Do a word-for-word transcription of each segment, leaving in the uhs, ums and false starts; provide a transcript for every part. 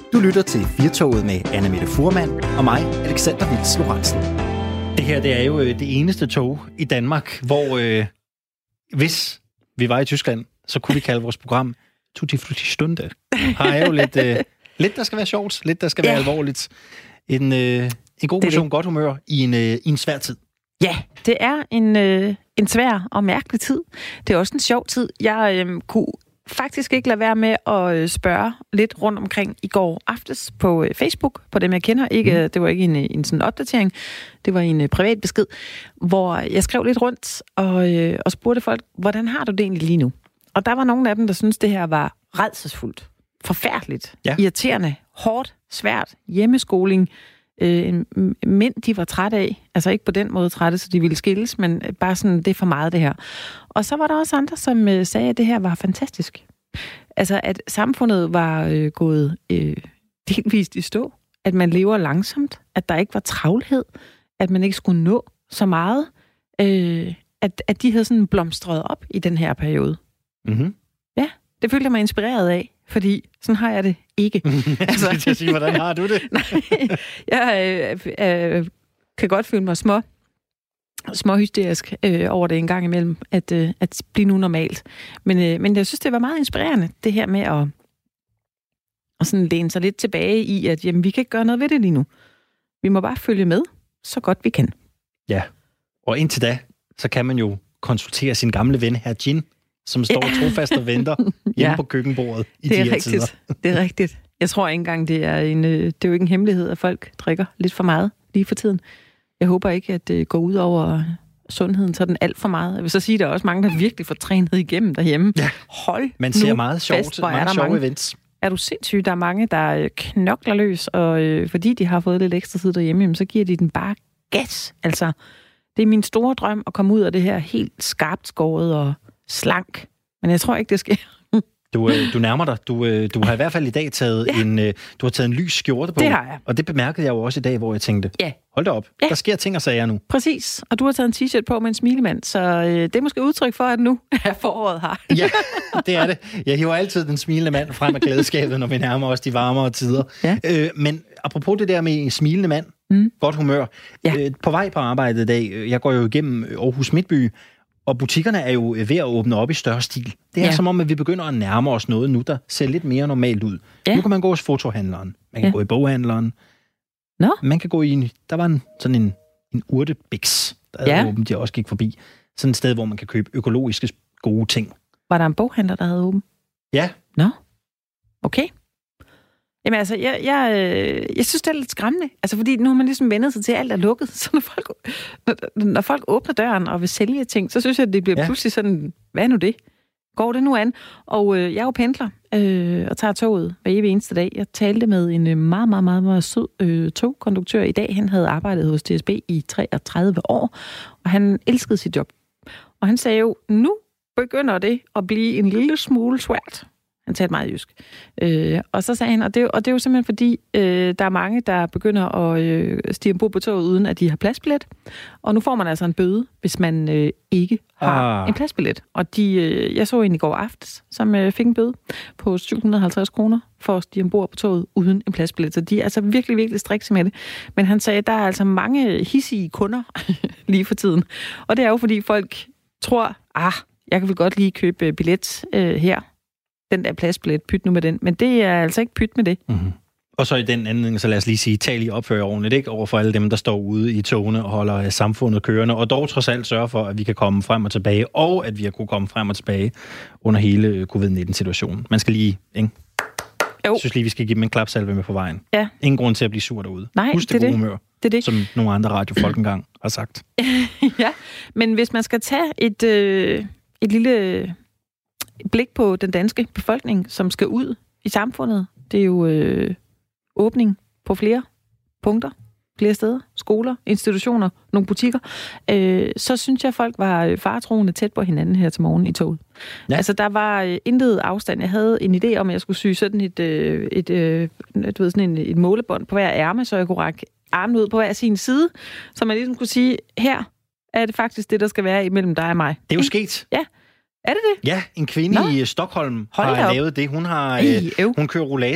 Du lytter til Firtoget med Anne-Mette Fuhrmann og mig, Alexander Vils Lorentzen. Det her, det er jo det eneste tog i Danmark, hvor øh, hvis vi var i Tyskland, så kunne vi kalde vores program Tutti Frutti Stunde. Her er jo lidt, øh, lidt der skal være sjovt, lidt der skal være ja. alvorligt. En, øh, en god portion godt humør i en, øh, i en svær tid. Ja, det er en, øh, en svær og mærkelig tid. Det er også en sjov tid. Jeg øh, kunne faktisk ikke lade være med at spørge lidt rundt omkring i går aftes på Facebook, på dem jeg kender. Ikke, mm. Det var ikke en, en sådan opdatering, det var en privat besked, hvor jeg skrev lidt rundt og, øh, og spurgte folk, hvordan har du det egentlig lige nu? Og der var nogle af dem, der syntes, det her var rædselsfuldt, forfærdeligt, ja. irriterende, hårdt, svært, hjemmeskoling. Øh, mænd, de var trætte af. Altså ikke på den måde trætte, så de ville skilles, men bare sådan, det er for meget det her. Og så var der også andre, som øh, sagde, at det her var fantastisk. Altså, at samfundet var øh, gået øh, delvist i stå. At man lever langsomt. At der ikke var travlhed. At man ikke skulle nå så meget. Øh, at, at de havde sådan blomstret op i den her periode. Mhm. Ja, det følte jeg mig inspireret af. Fordi sådan har jeg det ikke. Altså, jeg skal sige, hvordan har du det? Nej, jeg øh, øh, kan godt føle mig små, små hysterisk øh, over det en gang imellem, at, øh, at blive nu normalt. Men, øh, men jeg synes, det var meget inspirerende, det her med at, at sådan læne sig lidt tilbage i, at jamen, vi kan ikke gøre noget ved det lige nu. Vi må bare følge med, så godt vi kan. Ja, og indtil da, så kan man jo konsultere sin gamle ven, Herr Gin, som står ja. trofast og venter hjemme ja. på køkkenbordet i det de er her rigtigt. tider. Det er rigtigt. Jeg tror ikke engang, det er, en, det er jo ikke en hemmelighed, at folk drikker lidt for meget lige for tiden. Jeg håber ikke, at det går ud over sundheden sådan alt for meget. Jeg vil så sige, at der er også mange, der virkelig får trænet igennem derhjemme. Ja. Hold Man ser nu meget sjovt, fest, mange mange sjove mange. events. Er du sindssyg? Der er mange, der knokler løs, og øh, fordi de har fået lidt ekstra tid derhjemme, jamen, så giver de den bare gas. Altså, det er min store drøm at komme ud af det her helt skarpt skåret og slank. Men jeg tror ikke, det sker. Du, du nærmer dig. Du, du har i hvert fald i dag taget ja. en, du har taget en lys skjorte på. Det har jeg. Og det bemærkede jeg jo også i dag, hvor jeg tænkte, ja. hold da op, ja. der sker ting og sager nu. Præcis. Og du har taget en t-shirt på med en smilemand, så øh, det er måske udtryk for, at nu er foråret her. Ja, det er det. Jeg hiver altid den smilende mand frem af glædeskabet, når vi nærmer os de varmere tider. Ja. Øh, men apropos det der med en smilende mand, mm. godt humør. Ja. Øh, på vej på arbejde i dag, jeg går jo igennem Aarhus Midtby, og butikkerne er jo ved at åbne op i større stil. Det er ja. som om, at vi begynder at nærme os noget nu, der ser lidt mere normalt ud. Ja. Nu kan man gå hos fotohandleren. Man kan ja. gå i boghandleren. Nå? Man kan gå i en... Der var en, sådan en, en urtebiks, der ja. havde åbent, jeg også gik forbi. Sådan et sted, hvor man kan købe økologiske gode ting. Var der en boghandler, der havde åbent? Ja. Nå? Okay. Jamen altså, jeg, jeg, jeg synes, det er lidt skræmmende. Altså, fordi nu har man ligesom vendet sig til, at alt er lukket. Så når folk, når, når folk åbner døren og vil sælge ting, så synes jeg, at det bliver ja. pludselig sådan, hvad er nu det? Går det nu an? Og øh, jeg er jo pendler øh, og tager toget hver evig eneste dag. Jeg talte med en meget, meget, meget, meget sød øh, togkonduktør i dag. Han havde arbejdet hos D S B i treogtredive år, og han elskede sit job. Og han sagde jo, nu begynder det at blive en lille smule svært. Han talte meget jysk. Øh, og så sagde han, og det, og det er jo simpelthen fordi, øh, der er mange, der begynder at øh, stige ombord på toget, uden at de har pladsbillet. Og nu får man altså en bøde, hvis man øh, ikke har ah. en pladsbillet. Og de, øh, jeg så en i går aftes, som øh, fik en bøde på syv hundrede og halvtreds kroner for at stige ombord på toget uden en pladsbillet. Så de er altså virkelig, virkelig strikse med det. Men han sagde, at der er altså mange hissige kunder lige for tiden. Og det er jo fordi folk tror, ah, jeg kan vel godt lige købe billet øh, her. Den der pladsbillet, pyt nu med den. Men det er altså ikke pyt med det. Mm-hmm. Og så i den anden, så lad os lige sige, tal I opfører ordentligt, ikke? Over for alle dem, der står ude i togene og holder samfundet kørende, og dog trods alt sørge for, at vi kan komme frem og tilbage, og at vi har kunne komme frem og tilbage under hele covid nitten-situationen. Man skal lige, ikke? Jo. Jeg synes lige, vi skal give dem en klapsalve med på vejen. Ja. Ingen grund til at blive sur derude. Nej, Husk det, det gode det. humør, det er det. som nogle andre radiofolk engang har sagt. Ja, men hvis man skal tage et, øh, et lille blik på den danske befolkning, som skal ud i samfundet, det er jo øh, åbning på flere punkter, flere steder, skoler, institutioner, nogle butikker, øh, så synes jeg, folk var faretroende tæt på hinanden her til morgen i toget. Ja. Altså, der var øh, intet afstand. Jeg havde en idé om, at jeg skulle sy sådan et, øh, et, øh, du ved, sådan en, et målebånd på hver ærme, så jeg kunne række armen ud på hver sin side, så man ligesom kunne sige, her er det faktisk det, der skal være imellem dig og mig. Det er jo sket. Ja. Er det det? Ja, en kvinde Nå. i Stockholm Hold har op. lavet det. Hun har Ej, øh, hun kører rollator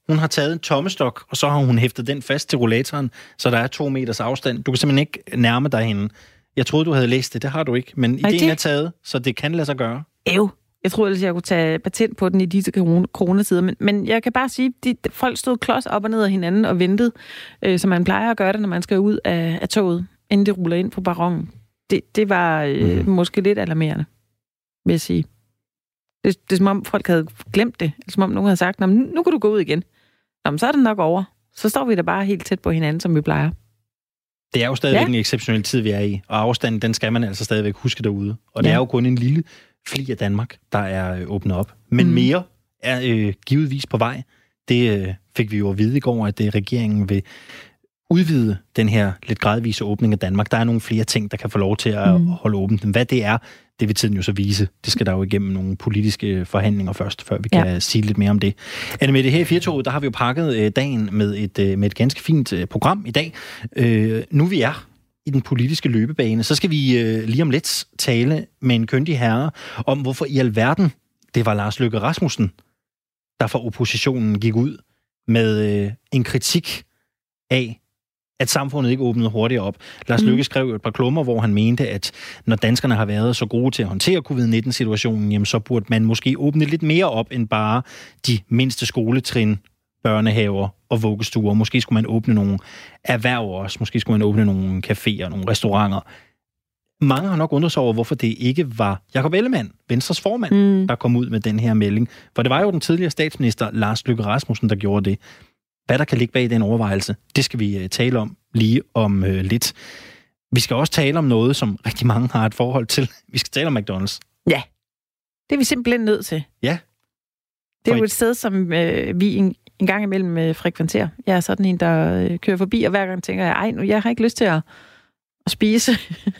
Hun har taget en tommestok, og så har hun hæftet den fast til rollatoren, så der er to meters afstand. Du kan simpelthen ikke nærme dig hende. Jeg troede, du havde læst det. Det har du ikke. Men Ej, ideen det... er taget, så det kan lade sig gøre. Ew. Jeg troede ellers, jeg kunne tage patent på den i disse coronatider. Men, men jeg kan bare sige, at folk stod klods op og ned af hinanden og ventede, øh, som man plejer at gøre det, når man skal ud af, af toget, inden det ruller ind på perronen. Det, det var øh, mm. måske lidt alarmerende, vil jeg sige. Det, det er som om folk havde glemt det. Som om nogen havde sagt, nu kan du gå ud igen. Nå, men så er det nok over. Så står vi da bare helt tæt på hinanden, som vi plejer. Det er jo stadigvæk ja. en exceptionel tid, vi er i. Og afstanden, den skal man altså stadigvæk huske derude. Og det ja. er jo kun en lille fli af Danmark, der er øh, åbnet op. Men mm. mere er øh, givetvis på vej. Det øh, fik vi jo at vide i går, at det, regeringen vil udvide den her lidt gradvise åbning af Danmark. Der er nogle flere ting, der kan få lov til at mm. holde åbent. Hvad det er, det vil tiden jo så vise. Det skal der jo igennem nogle politiske forhandlinger først, før vi kan ja. sige lidt mere om det. Annemette, her i Firtoget, der har vi jo pakket øh, dagen med et, øh, med et ganske fint øh, program i dag. Øh, nu vi er i den politiske løbebane, så skal vi øh, lige om lidt tale med en kyndig herre om, hvorfor i alverden det var Lars Løkke Rasmussen, der fra oppositionen gik ud med øh, en kritik af, at samfundet ikke åbnede hurtigere op. Lars Løkke skrev et par klummer, hvor han mente, at når danskerne har været så gode til at håndtere covid nitten-situationen, jamen så burde man måske åbne lidt mere op end bare de mindste skoletrin, børnehaver og vuggestuer. Måske skulle man åbne nogle erhverv også. Måske skulle man åbne nogle caféer, nogle restauranter. Mange har nok undret sig over, hvorfor det ikke var Jakob Ellemann, Venstres formand, mm. der kom ud med den her melding. For det var jo den tidligere statsminister, Lars Løkke Rasmussen, der gjorde det. Hvad der kan ligge bag den overvejelse, det skal vi uh, tale om lige om uh, lidt. Vi skal også tale om noget, som rigtig mange har et forhold til. Vi skal tale om McDonald's. Ja, det er vi simpelthen nødt til. Ja. Det er jo et sted, som øh, vi en, en gang imellem øh, frekventerer. Jeg er sådan en, der øh, kører forbi, og hver gang tænker jeg, ej, nu, jeg har ikke lyst til at, at spise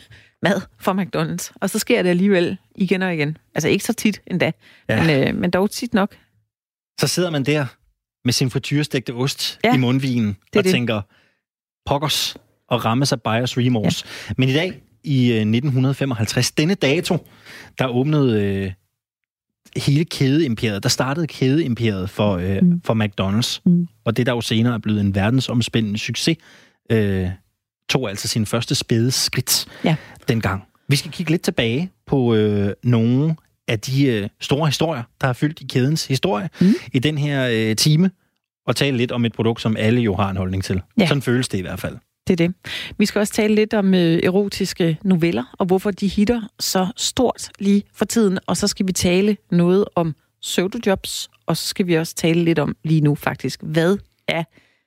mad fra McDonald's. Og så sker det alligevel igen og igen. Altså ikke så tit endda, ja. men, øh, men dog tit nok. Så sidder man der med sin frityrestegte ost ja, i mundvinen og det. tænker, pokkers og rammes af buyers remorse. Ja. Men i dag, i nitten femoghalvtreds, denne dato, der åbnede øh, hele kædeimperiet, der startede kædeimperiet for, øh, mm. for McDonald's. Mm. Og det, der jo senere er blevet en verdensomspændende succes, øh, tog altså sin første spæde skridt ja. dengang. Vi skal kigge lidt tilbage på øh, nogle af de øh, store historier, der har fyldt i kædens historie mm. i den her øh, time, og tale lidt om et produkt, som alle jo har en holdning til. Ja. Sådan føles det i hvert fald. Det er det. Vi skal også tale lidt om øh, erotiske noveller, og hvorfor de hitter så stort lige for tiden. Og så skal vi tale noget om pseudojobs, og så skal vi også tale lidt om lige nu faktisk, hvad er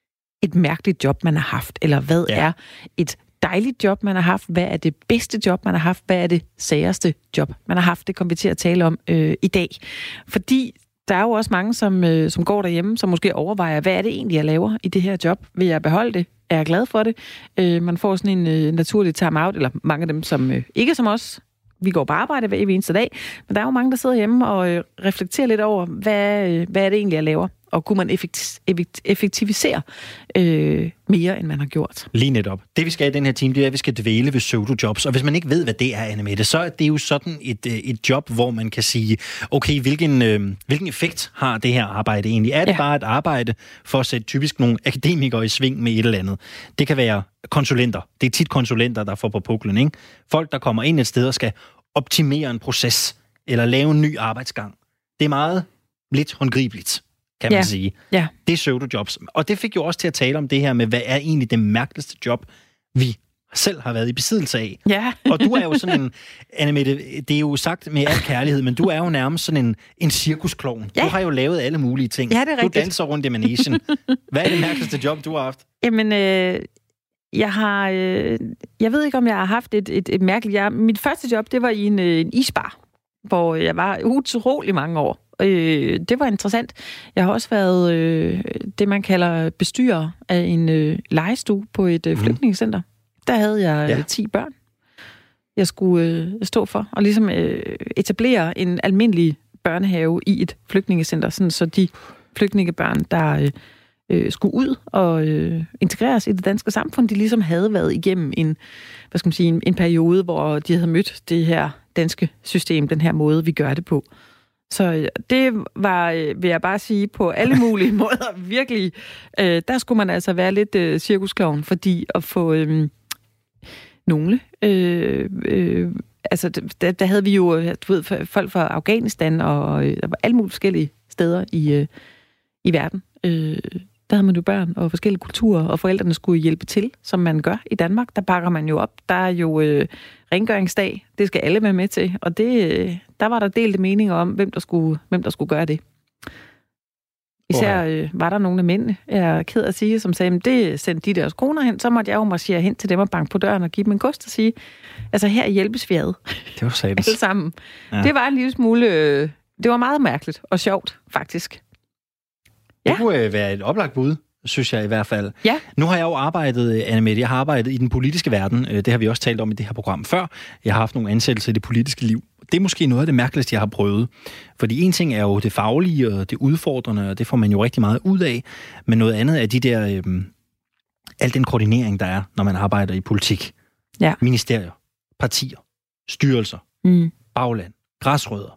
et mærkeligt job, man har haft, eller hvad ja. er et dejligt job, man har haft, hvad er det bedste job, man har haft, hvad er det særeste job, man har haft. Det kommer vi til at tale om øh, i dag. Fordi der er jo også mange, som, øh, som går derhjemme, som måske overvejer, hvad er det egentlig, jeg laver i det her job? Vil jeg beholde det? Er jeg glad for det? Øh, man får sådan en øh, naturlig time-out, eller mange af dem, som øh, ikke som os. Vi går på arbejde hver eneste dag, men der er jo mange, der sidder hjemme og øh, reflekterer lidt over, hvad, øh, hvad er det egentlig, jeg laver? Og kunne man effektivisere øh, mere, end man har gjort? Lige netop. Det, vi skal i den her time, det er, at vi skal dvæle ved pseudojobs. Og hvis man ikke ved, hvad det er, Annemette, så er det jo sådan et, et job, hvor man kan sige, okay, hvilken, øh, hvilken effekt har det her arbejde egentlig? Er det ja. bare et arbejde for at sætte typisk nogle akademikere i sving med et eller andet? Det kan være konsulenter. Det er tit konsulenter, der får på puklen, ikke? Folk, der kommer ind et sted og skal optimere en proces, eller lave en ny arbejdsgang. Det er meget lidt håndgribeligt, kan man ja. sige. Ja. Det er pseudojobs. Og det fik jo også til at tale om det her med, hvad er egentlig det mærkeligste job, vi selv har været i besiddelse af. Ja. Og du er jo sådan en, Annemette, det er jo sagt med al kærlighed, men du er jo nærmest sådan en, en cirkusklovn. Ja. Du har jo lavet alle mulige ting. Ja, det er rigtigt. Du danser rundt i managen. Hvad er det mærkeligste job, du har haft? Jamen, øh, jeg har... Øh, jeg ved ikke, om jeg har haft et, et, et mærkeligt... Jeg, mit første job, det var i en, øh, en isbar, hvor jeg var utrolig mange år. Øh, det var interessant. Jeg har også været øh, det, man kalder bestyrer af en øh, legestue på et øh, flygtningecenter. Der havde jeg ja. ti børn, jeg skulle øh, stå for, og ligesom øh, etablere en almindelig børnehave i et flygtningecenter, sådan så de flygtningebørn, der øh, skulle ud og øh, integreres i det danske samfund, de ligesom havde været igennem en, hvad skal man sige, en, en periode, hvor de havde mødt det her danske system, den her måde, vi gør det på. Så det var, vil jeg bare sige, på alle mulige måder virkelig. Øh, der skulle man altså være lidt øh, cirkusklovn, fordi at få øh, nogle... Øh, øh, altså, der, der havde vi jo du ved, folk fra Afghanistan og øh, der var alle mulige forskellige steder i, øh, i verden. Øh, der havde man jo børn og forskellige kulturer, og forældrene skulle hjælpe til, som man gør i Danmark. Der pakker man jo op. Der er jo øh, rengøringsdag. Det skal alle være med til. Og det, øh, der var der delte meninger om, hvem der skulle, hvem der skulle gøre det. Især øh, var der nogle af mændene, jeg er ked at sige, som sagde, det sendte de deres koner hen. Så måtte jeg jo marchere hen til dem og banke på døren og give dem en kost og sige, altså her hjælpes vi ad. Det var satans. Alle sammen. Ja. Det var en lille smule... Øh, det var meget mærkeligt og sjovt, faktisk. Ja. Det kunne øh, være et oplagt bud, synes jeg i hvert fald. Ja. Nu har jeg jo arbejdet, Anne-Mette, jeg har arbejdet i den politiske verden. Det har vi også talt om i det her program før. Jeg har haft nogle ansættelser i det politiske liv. Det er måske noget af det mærkeligste, jeg har prøvet. Fordi en ting er jo det faglige og det udfordrende, og det får man jo rigtig meget ud af. Men noget andet er de der, øh, al den koordinering, der er, når man arbejder i politik. Ja. Ministerier, partier, styrelser, mm. bagland, græsrødder.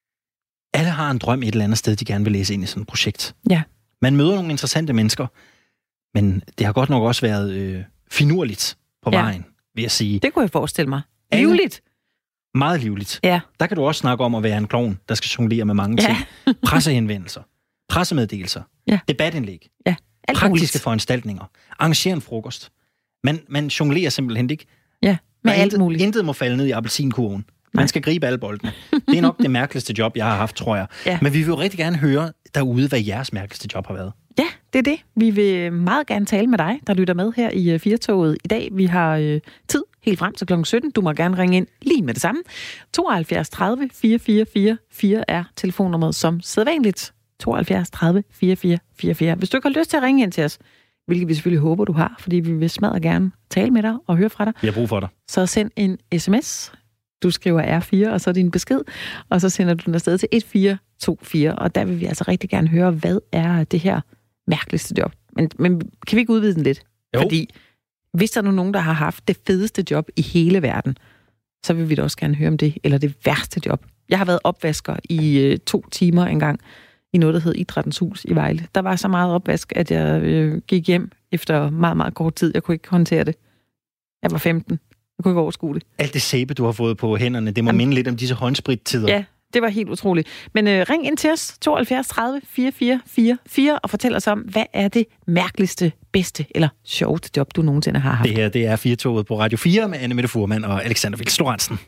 Alle har en drøm et eller andet sted, de gerne vil læse ind i sådan et projekt. Ja. Man møder nogle interessante mennesker, men det har godt nok også været øh, finurligt på ja. vejen, vil jeg sige. Det kunne jeg forestille mig. Livligt. Meget livligt. Ja. Der kan du også snakke om at være en klovn, der skal jonglere med mange ja. ting. Pressehenvendelser, pressemeddelelser, ja. debatindlæg, ja. praktiske muligt. Foranstaltninger, arrangere en frokost. Man, man jonglerer simpelthen ikke. Ja, med alt intet, muligt. Intet må falde ned i appelsinkurven. Man skal gribe alle boldene. Det er nok det mærkeligste job, jeg har haft, tror jeg. Ja. Men vi vil jo rigtig gerne høre derude, hvad jeres mærkeligste job har været. Ja, det er det. Vi vil meget gerne tale med dig, der lytter med her i Firtoget i dag. Vi har øh, tid helt frem til klokken sytten. Du må gerne ringe ind lige med det samme. tooghalvfjerds tredive fire fire fire fire er telefonnummeret som sædvanligt. tooghalvfjerds tredive fire fire fire fire. Hvis du ikke har lyst til at ringe ind til os, hvilket vi selvfølgelig håber, du har, fordi vi vil smadre gerne tale med dig og høre fra dig. Vi har brug for dig. Så send en sms. Du skriver R fire, og så din besked, og så sender du den afsted til et fire to fire, og der vil vi altså rigtig gerne høre, hvad er det her mærkeligste job. Men, men kan vi ikke udvide den lidt? Jo. Fordi hvis der er nogen, der har haft det fedeste job i hele verden, så vil vi da også gerne høre om det, eller det værste job. Jeg har været opvasker i øh, to timer engang i noget, der hed Idrættens Hus i Vejle. Der var så meget opvask, at jeg øh, gik hjem efter meget, meget kort tid. Jeg kunne ikke håndtere det. Jeg var femten. Jeg kunne ikke overskue det. Alt det sæbe, du har fået på hænderne, det må Jamen, minde lidt om disse håndsprittider. Ja, det var helt utroligt. Men øh, ring ind til os, tooghalvfjerds tredive fire fire fire fire, og fortæl os om, hvad er det mærkeligste, bedste eller sjoveste job, du nogensinde har haft? Det her, det er Firtoget på Radio fire med Anne-Mette Fuhrmann og Alexander Vils Lorentzen.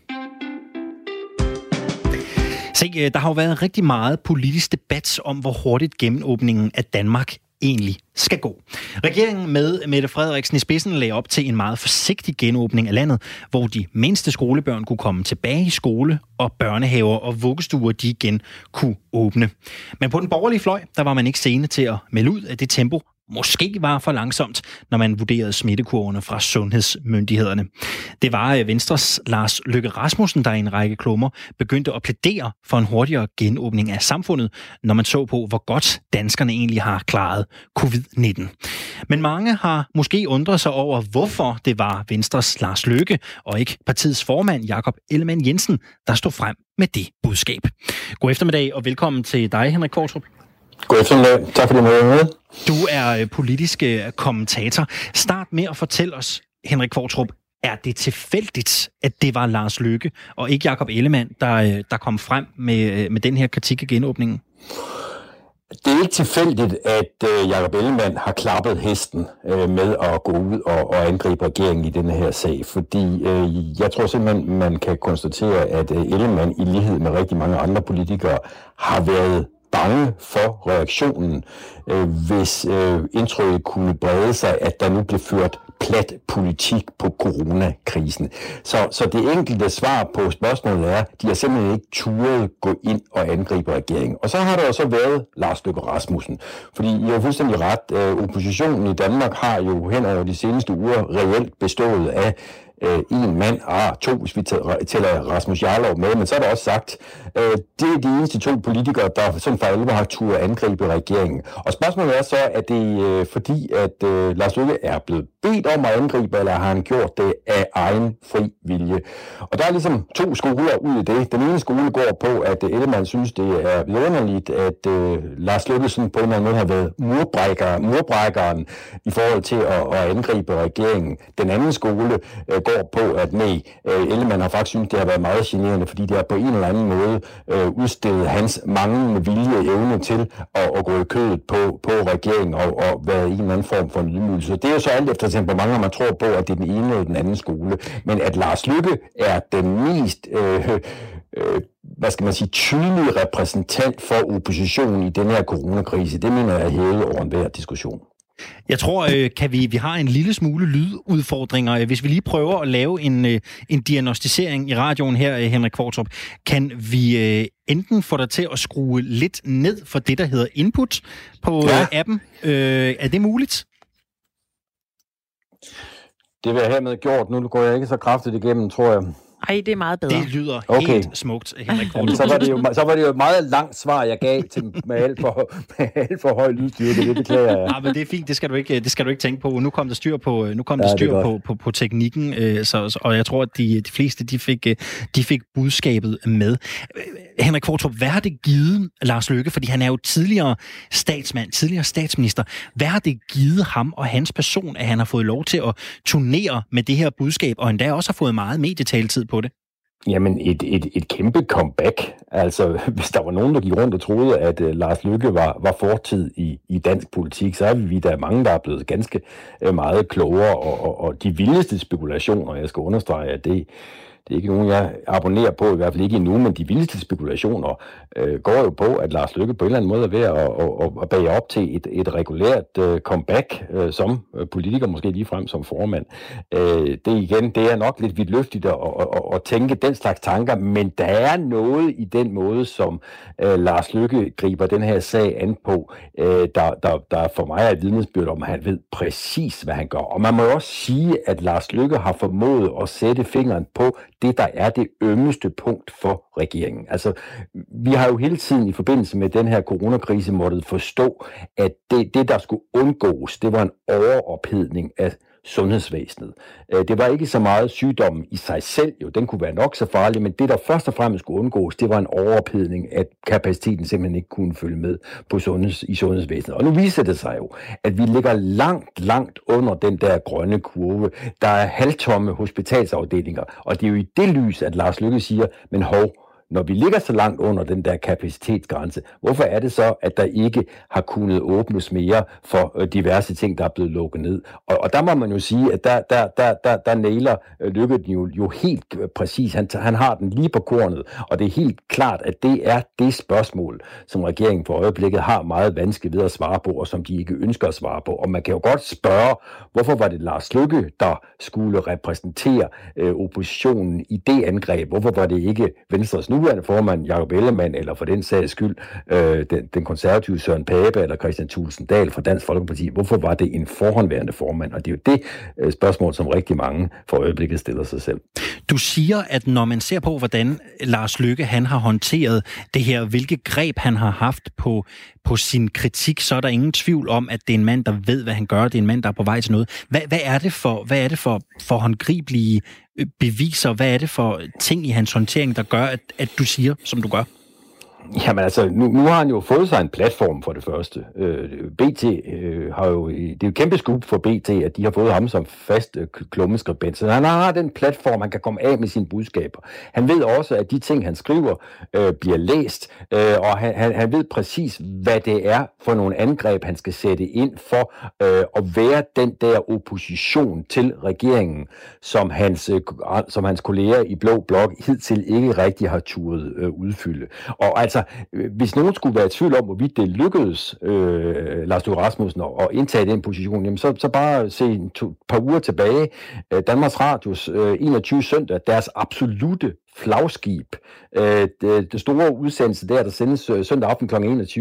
Se, der har jo været rigtig meget politisk debat om, hvor hurtigt genåbningen af Danmark egentlig skal gå. Regeringen med Mette Frederiksen i spidsen lagde op til en meget forsigtig genåbning af landet, hvor de mindste skolebørn kunne komme tilbage i skole, og børnehaver og vuggestuer de igen kunne åbne. Men på den borgerlige fløj, der var man ikke sene til at melde ud, at det tempo måske var for langsomt, når man vurderede smittekurverne fra sundhedsmyndighederne. Det var Venstres Lars Løkke Rasmussen, der i en række klummer begyndte at plædere for en hurtigere genåbning af samfundet, når man så på, hvor godt danskerne egentlig har klaret covid nitten. Men mange har måske undret sig over, hvorfor det var Venstres Lars Løkke og ikke partiets formand Jakob Ellemann-Jensen, der stod frem med det budskab. God eftermiddag og velkommen til dig, Henrik Qvortrup. God eftermiddag. Tak fordi du er med. Du er politisk kommentator. Start med at fortælle os, Henrik Qvortrup, er det tilfældigt, at det var Lars Løkke og ikke Jakob Ellemann, der, der kom frem med, med den her kritik af genåbningen? Det er ikke tilfældigt, at uh, Jakob Ellemann har klappet hesten uh, med at gå ud og, og angribe regeringen i denne her sag, fordi uh, jeg tror simpelthen, man kan konstatere, at uh, Ellemann i lighed med rigtig mange andre politikere har været bange for reaktionen, øh, hvis øh, indtrykket kunne brede sig, at der nu blev ført plat politik på coronakrisen. Så, så det enkelte svar på spørgsmålet er, de har simpelthen ikke turet gå ind og angribe regeringen. Og så har der jo så været Lars Løkke Rasmussen. Fordi I har fuldstændig ret, øh, oppositionen i Danmark har jo hen over de seneste uger reelt bestået af Øh, en mand, ah, to, hvis vi tæller Rasmus Jarlov med, men så er der også sagt, øh, det er de eneste to politikere, der sådan for alvor har tur angribe regeringen. Og spørgsmålet er så, at det øh, fordi, at øh, Lars Løkke er blevet bedt om at angribe, eller har han gjort det af egen fri vilje? Og der er ligesom to skoler ud i det. Den ene skole går på, at Ellemann synes, det er vidunderligt, at uh, Lars Løkke på en eller anden måde har været murbrækker, murbrækkeren i forhold til at, at angribe regeringen. Den anden skole uh, går på, at nej, uh, Ellemann har faktisk synes, det har været meget generende, fordi det har på en eller anden måde uh, udstillet hans manglende vilje evne til at, at gå i kødet på, på regeringen og, og være i en eller anden form for en ydmygelse. Det er jo så alt efter temperament, man tror på, at det er den ene eller den anden skole. Men at Lars Løkke er den mest øh, øh, hvad skal man sige, tydelige repræsentant for oppositionen i den her coronakrise, det mener jeg er hævet over enhver diskussion. Jeg tror, kan vi, vi har en lille smule lydudfordringer. Hvis vi lige prøver at lave en, en diagnostisering i radioen her, Henrik Qvortrup, kan vi enten få dig til at skrue lidt ned for det, der hedder input på ja. appen? Er det muligt? Det vil jeg hermed gjort. Nu går jeg ikke så kraftigt igennem, tror jeg. Ej, det er meget bedre. Det lyder okay. helt smukt, Henrik Qvortrup. Så var det jo så var det jo et meget langt svar, jeg gav til med alt for med alt for høj lydstyrke. Det beklager jeg. Ja, men det er fint. Det skal du ikke det skal du ikke tænke på. Nu kom der styr på nu kom ja, der styr på, på på teknikken, så og jeg tror at de de fleste de fik de fik budskabet med. Henrik Qvortrup, hvad har det givet Lars Løkke, fordi han er jo tidligere statsmand, tidligere statsminister. Hvad har det givet ham og hans person, at han har fået lov til at turnere med det her budskab, og endda også har fået meget medietaletid på det? Jamen, et, et, et kæmpe comeback. Altså, hvis der var nogen, der gik rundt og troede, at uh, Lars Løkke var, var fortid i, i dansk politik, så er vi der mange, der er blevet ganske uh, meget klogere, og, og, og de vildeste spekulationer, jeg skal understrege, at det Det er ikke nogen, jeg abonnerer på, i hvert fald ikke endnu, men de vildeste spekulationer øh, går jo på, at Lars Løkke på en eller anden måde er ved at, at, at bage op til et, et regulært øh, comeback øh, som politiker, måske ligefrem som formand. Øh, det igen, det er nok lidt vidtløftigt at, at, at, at tænke den slags tanker, men der er noget i den måde, som øh, Lars Løkke griber den her sag an på, øh, der, der, der for mig er et vidnesbyrd om, at han ved præcis, hvad han gør. Og man må jo også sige, at Lars Løkke har formået at sætte fingeren på det, der er det ømmeste punkt for regeringen. Altså, vi har jo hele tiden i forbindelse med den her coronakrise måttet forstå, at det, det der skulle undgås, det var en overophedning af sundhedsvæsenet. Det var ikke så meget sygdommen i sig selv, jo, den kunne være nok så farlig, men det, der først og fremmest skulle undgås, det var en overophedning, at kapaciteten simpelthen ikke kunne følge med på sundheds, i sundhedsvæsenet. Og nu viser det sig jo, at vi ligger langt, langt under den der grønne kurve. Der er halvtomme hospitalsafdelinger, og det er jo i det lys, at Lars Løkke siger, men hov, når vi ligger så langt under den der kapacitetsgrænse, hvorfor er det så, at der ikke har kunnet åbnes mere for diverse ting, der er blevet lukket ned? Og, og der må man jo sige, at der, der, der, der, der nailer Løkke jo, jo helt præcis. Han, han har den lige på kornet, og det er helt klart, at det er det spørgsmål, som regeringen for øjeblikket har meget vanskeligt ved at svare på, og som de ikke ønsker at svare på. Og man kan jo godt spørge, hvorfor var det Lars Løkke, der skulle repræsentere øh, oppositionen i det angreb? Hvorfor var det ikke Venstres nuværende formand, Jakob Ellemann, eller for den sags skyld, øh, den, den konservative Søren Pape eller Kristian Thulesen Dahl fra Dansk Folkeparti? Hvorfor var det en forhåndværende formand? Og det er jo det øh, spørgsmål, som rigtig mange for øjeblikket stiller sig selv. Du siger, at når man ser på, hvordan Lars Løkke han har håndteret det her, hvilke greb han har haft på, på sin kritik, så er der ingen tvivl om, at det er en mand, der ved, hvad han gør. Det er en mand, der er på vej til noget. Hvad, hvad er det for, hvad er det for, for håndgribelige beviser? Hvad er det for ting i hans håndtering, der gør, at, at du siger, som du gør? Jamen altså, nu, nu har han jo fået sig en platform for det første. Øh, B T øh, har jo, det er jo et kæmpe skub for B T, at de har fået ham som fast øh, klummeskribent. Så han har den platform, han kan komme af med sine budskaber. Han ved også, at de ting, han skriver, øh, bliver læst, øh, og han, han, han ved præcis, hvad det er for nogle angreb, han skal sætte ind for øh, at være den der opposition til regeringen, som hans, øh, som hans kolleger i Blå Blok hidtil ikke rigtig har turet øh, udfylde. Og altså, hvis nogen skulle være i tvivl om, hvorvidt det lykkedes øh, Lars Løkke Rasmussen at indtage den position, jamen så, så bare se et to, par uger tilbage. Øh, Danmarks Radios øh, enogtyvende søndag, deres absolute flagskib. Øh, det, det store udsendelse der, der sendes øh, søndag aften klokken enogtyve,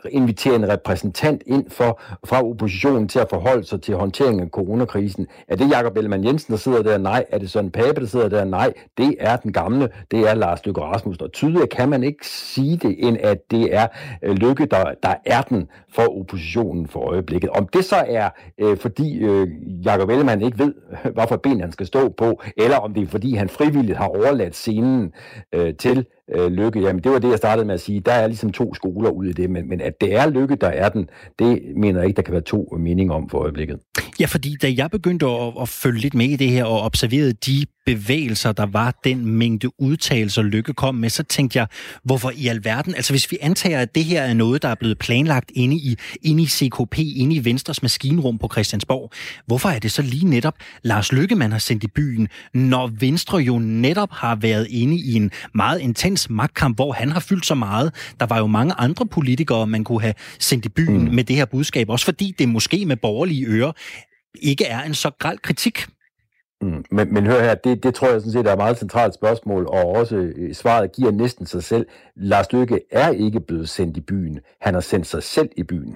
invitere en repræsentant ind for, fra oppositionen til at forholde sig til håndteringen af coronakrisen. Er det Jakob Ellemann-Jensen, der sidder der? Nej. Er det Søren Pape, der sidder der? Nej. Det er den gamle, det er Lars Løkke Rasmussen. Og tydeligere kan man ikke sige det, end at det er Løkke, der, der er den for oppositionen for øjeblikket. Om det så er, øh, fordi øh, Jakob Ellemann ikke ved, hvorfor ben han skal stå på, eller om det er, fordi han frivilligt har overladt scenen øh, til øh, Løkke, jamen det var det, jeg startede med at sige. Der er ligesom to skoler ud i det, men, men at det er Løkke, der er den, det mener jeg ikke, der kan være to meninger om for øjeblikket. Ja, fordi da jeg begyndte at, at følge lidt med i det her og observerede de bevægelser, der var, den mængde udtalelser, Løkke kom med, så tænkte jeg, hvorfor i alverden? Altså hvis vi antager, at det her er noget, der er blevet planlagt inde i, inde i C K P, inde i Venstres maskinrum på Christiansborg, hvorfor er det så lige netop Lars Løkke, man har sendt i byen, når Venstre jo netop har været inde i en meget intens magtkamp, hvor han har fyldt så meget. Der var jo mange andre politikere, man kunne have sendt i byen mm. med det her budskab, også fordi det måske med borgerlige ører ikke er en så grel kritik. Mm, men, men hør her, det, det tror jeg sådan set er et meget centralt spørgsmål, og også øh, svaret giver næsten sig selv. Lars Løkke er ikke blevet sendt i byen. Han har sendt sig selv i byen.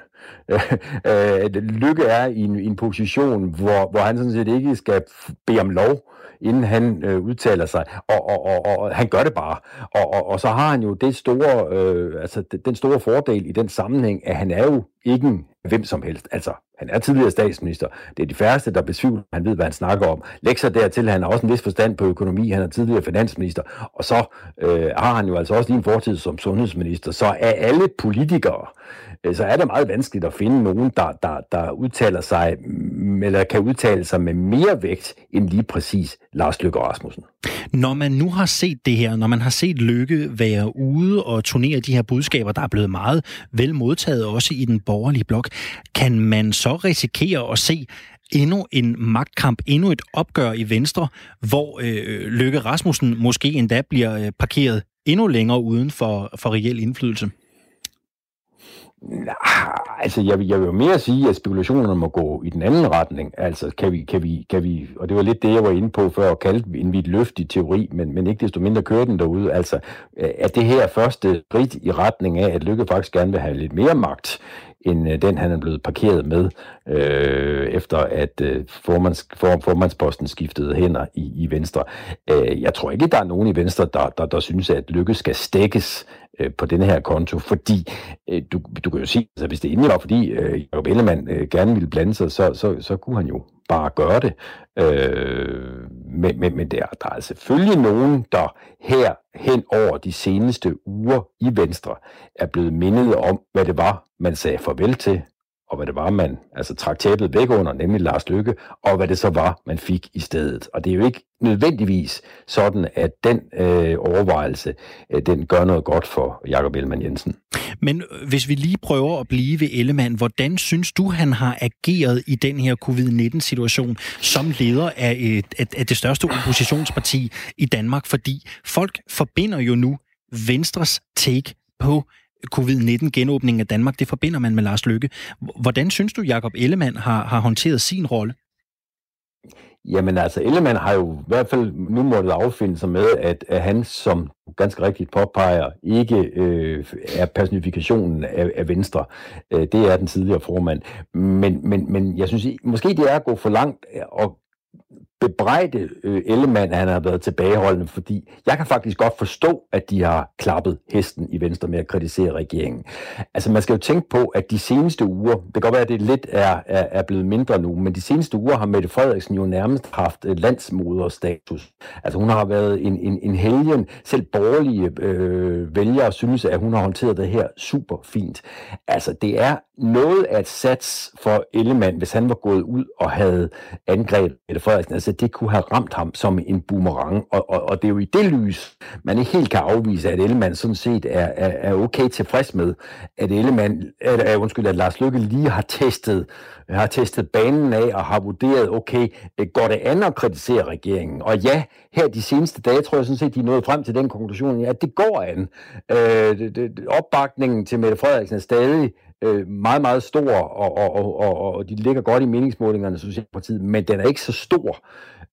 øh, Løkke er i en, i en position, hvor, hvor han sådan set ikke skal bede om lov, inden han øh, udtaler sig, og, og, og, og han gør det bare. Og, og, og så har han jo det store, øh, altså den store fordel i den sammenhæng, at han er jo ikke en hvem som helst. Altså, han er tidligere statsminister. Det er de færreste, der besvivler, han ved, hvad han snakker om. Læg sig dertil, han har også en vis forstand på økonomi, han er tidligere finansminister, og så øh, har han jo altså også lige en fortid som sundhedsminister. Så af alle politikere, øh, så er det meget vanskeligt at finde nogen, der, der, der udtaler sig, eller kan udtale sig med mere vægt end lige præcis Lars Løkke Rasmussen. Når man nu har set det her, når man har set Løkke være ude og turnere de her budskaber, der er blevet meget vel modtaget også i den borgerlige blok, kan man så risikere at se endnu en magtkamp, endnu et opgør i Venstre, hvor øh, Løkke Rasmussen måske endda bliver øh, parkeret endnu længere uden for, for reel indflydelse? Nej, altså jeg vil, jeg vil jo mere sige, at spekulationerne må gå i den anden retning. Altså kan vi, kan vi, kan vi, og det var lidt det, jeg var inde på før, og kaldte en vidtløftig teori, men, men ikke desto mindre kører den derude. Altså er det her første skridt i retning af, at Løkke faktisk gerne vil have lidt mere magt, end den, han er blevet parkeret med, øh, efter at øh, formands, for, formandsposten skiftede hænder i, i Venstre. Øh, jeg tror ikke, der er nogen i Venstre, der, der, der synes, at Løkke skal stækkes øh, på denne her konto, fordi øh, du, du kan jo sige, altså hvis det endelig var, fordi øh, Jacob Ellemann øh, gerne ville blande sig, så, så, så kunne han jo bare gøre det. Øh, men men, men der, der er selvfølgelig nogen, der her hen over de seneste uger i Venstre er blevet mindet om, hvad det var, man sagde farvel til, og hvad det var, man altså trak tæppet væk under, nemlig Lars Løkke, og hvad det så var, man fik i stedet. Og det er jo ikke nødvendigvis sådan, at den øh, overvejelse, øh, den gør noget godt for Jakob Ellemann-Jensen. Men hvis vi lige prøver at blive ved Ellemann, hvordan synes du, han har ageret i den her covid nitten-situation som leder af, et, af, af det største oppositionsparti i Danmark? Fordi folk forbinder jo nu Venstres take på covid nitten-genåbningen af Danmark, det forbinder man med Lars Løkke. Hvordan synes du, Jakob Ellemann har, har håndteret sin rolle? Jamen altså, Ellemann har jo i hvert fald nu måttet affinde sig med, at, at han, som ganske rigtigt påpeger, ikke øh, er personifikationen af, af Venstre. Øh, det er den tidligere formand. Men, men, men jeg synes, måske det er at gå for langt og bebrejde øh, Ellemann, at han har været tilbageholdende, fordi jeg kan faktisk godt forstå, at de har klappet hesten i Venstre med at kritisere regeringen. Altså man skal jo tænke på, at de seneste uger, det kan godt være, at det lidt er, er, er blevet mindre nu, men de seneste uger har Mette Frederiksen jo nærmest haft landsmoderstatus. Altså hun har været en, en, en helgen. Selv borgerlige øh, vælgere synes, at hun har håndteret det her super fint. Altså det er noget af et sats for Ellemann, hvis han var gået ud og havde angrebet Mette Frederiksen. Altså det kunne have ramt ham som en boomerang, og, og, og det er jo i det lys, man ikke helt kan afvise, at Ellemann sådan set er, er, er okay tilfreds med, at Ellemann, at, undskyld, at Lars Løkke lige har testet, har testet banen af og har vurderet, okay, går det an at kritisere regeringen? Og ja, her de seneste dage, tror jeg sådan set, de er nået frem til den konklusion, ja, det går an. Øh, det, det, opbakningen til Mette Frederiksen er stadig øh, meget, meget stor, og, og, og, og, og de ligger godt i meningsmålingerne, Socialdemokratiet, men den er ikke så stor,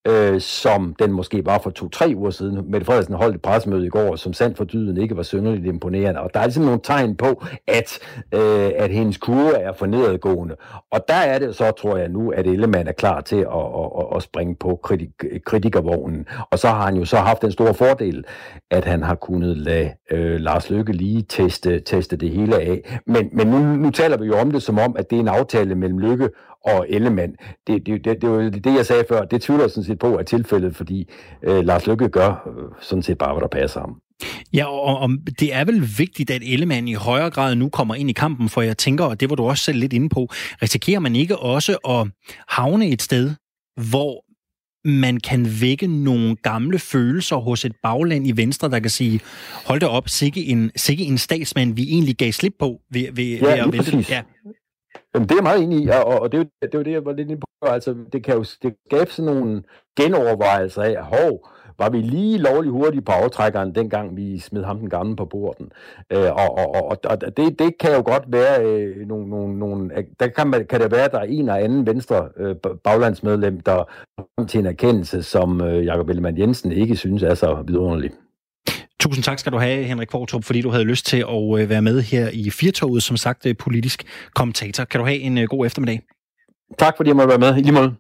øh, som den måske var for to-tre uger siden. Mette Frederiksen holdt et pressemøde i går, som sandt for dyden ikke var synderligt imponerende. Og der er ligesom nogle tegn på, at, øh, at hendes kurve er for nedadgående. Og der er det så, tror jeg nu, at Ellemann er klar til at, at, at springe på kritik, kritikervognen. Og så har han jo så haft den store fordel, at han har kunnet lade øh, Lars Løkke lige teste, teste det hele af. Men, men nu, nu taler vi jo om det som om, at det er en aftale mellem Løkke og Ellemann. Det, det, det, det var det, jeg sagde før. Det tvivler jeg sådan set på er tilfældet, fordi øh, Lars Løkke gør øh, sådan set bare, hvad der passer ham. Ja, og, og det er vel vigtigt, at Ellemann i højere grad nu kommer ind i kampen, for jeg tænker, og det var du også selv lidt inde på, risikerer man ikke også at havne et sted, hvor man kan vække nogle gamle følelser hos et bagland i Venstre, der kan sige, hold da op, sikke en, sikke en statsmand, vi egentlig gav slip på ved, ved, ja, ved at vente. Ja, Jamen, det er meget enig i, og, og det, er jo, det er jo det, jeg var lidt inde på. Altså, det kan jo det skabe sådan nogle genovervejelser af, hov, var vi lige lovligt hurtigt på aftrækkeren, dengang vi smed ham den gamle på borden. Øh, og og, og, og det, det kan jo godt være øh, nogle, nogle, nogle... Der kan, man, kan det være, at der er en eller anden venstre øh, baglandsmedlem, der kommer til en erkendelse, som øh, Jakob Ellemann-Jensen ikke synes er så vidunderlig. Tusind tak skal du have, Henrik Qvortrup, fordi du havde lyst til at være med her i Firtoget, som sagt politisk kommentator. Kan du have en god eftermiddag? Tak fordi jeg måtte være med. I lige måde.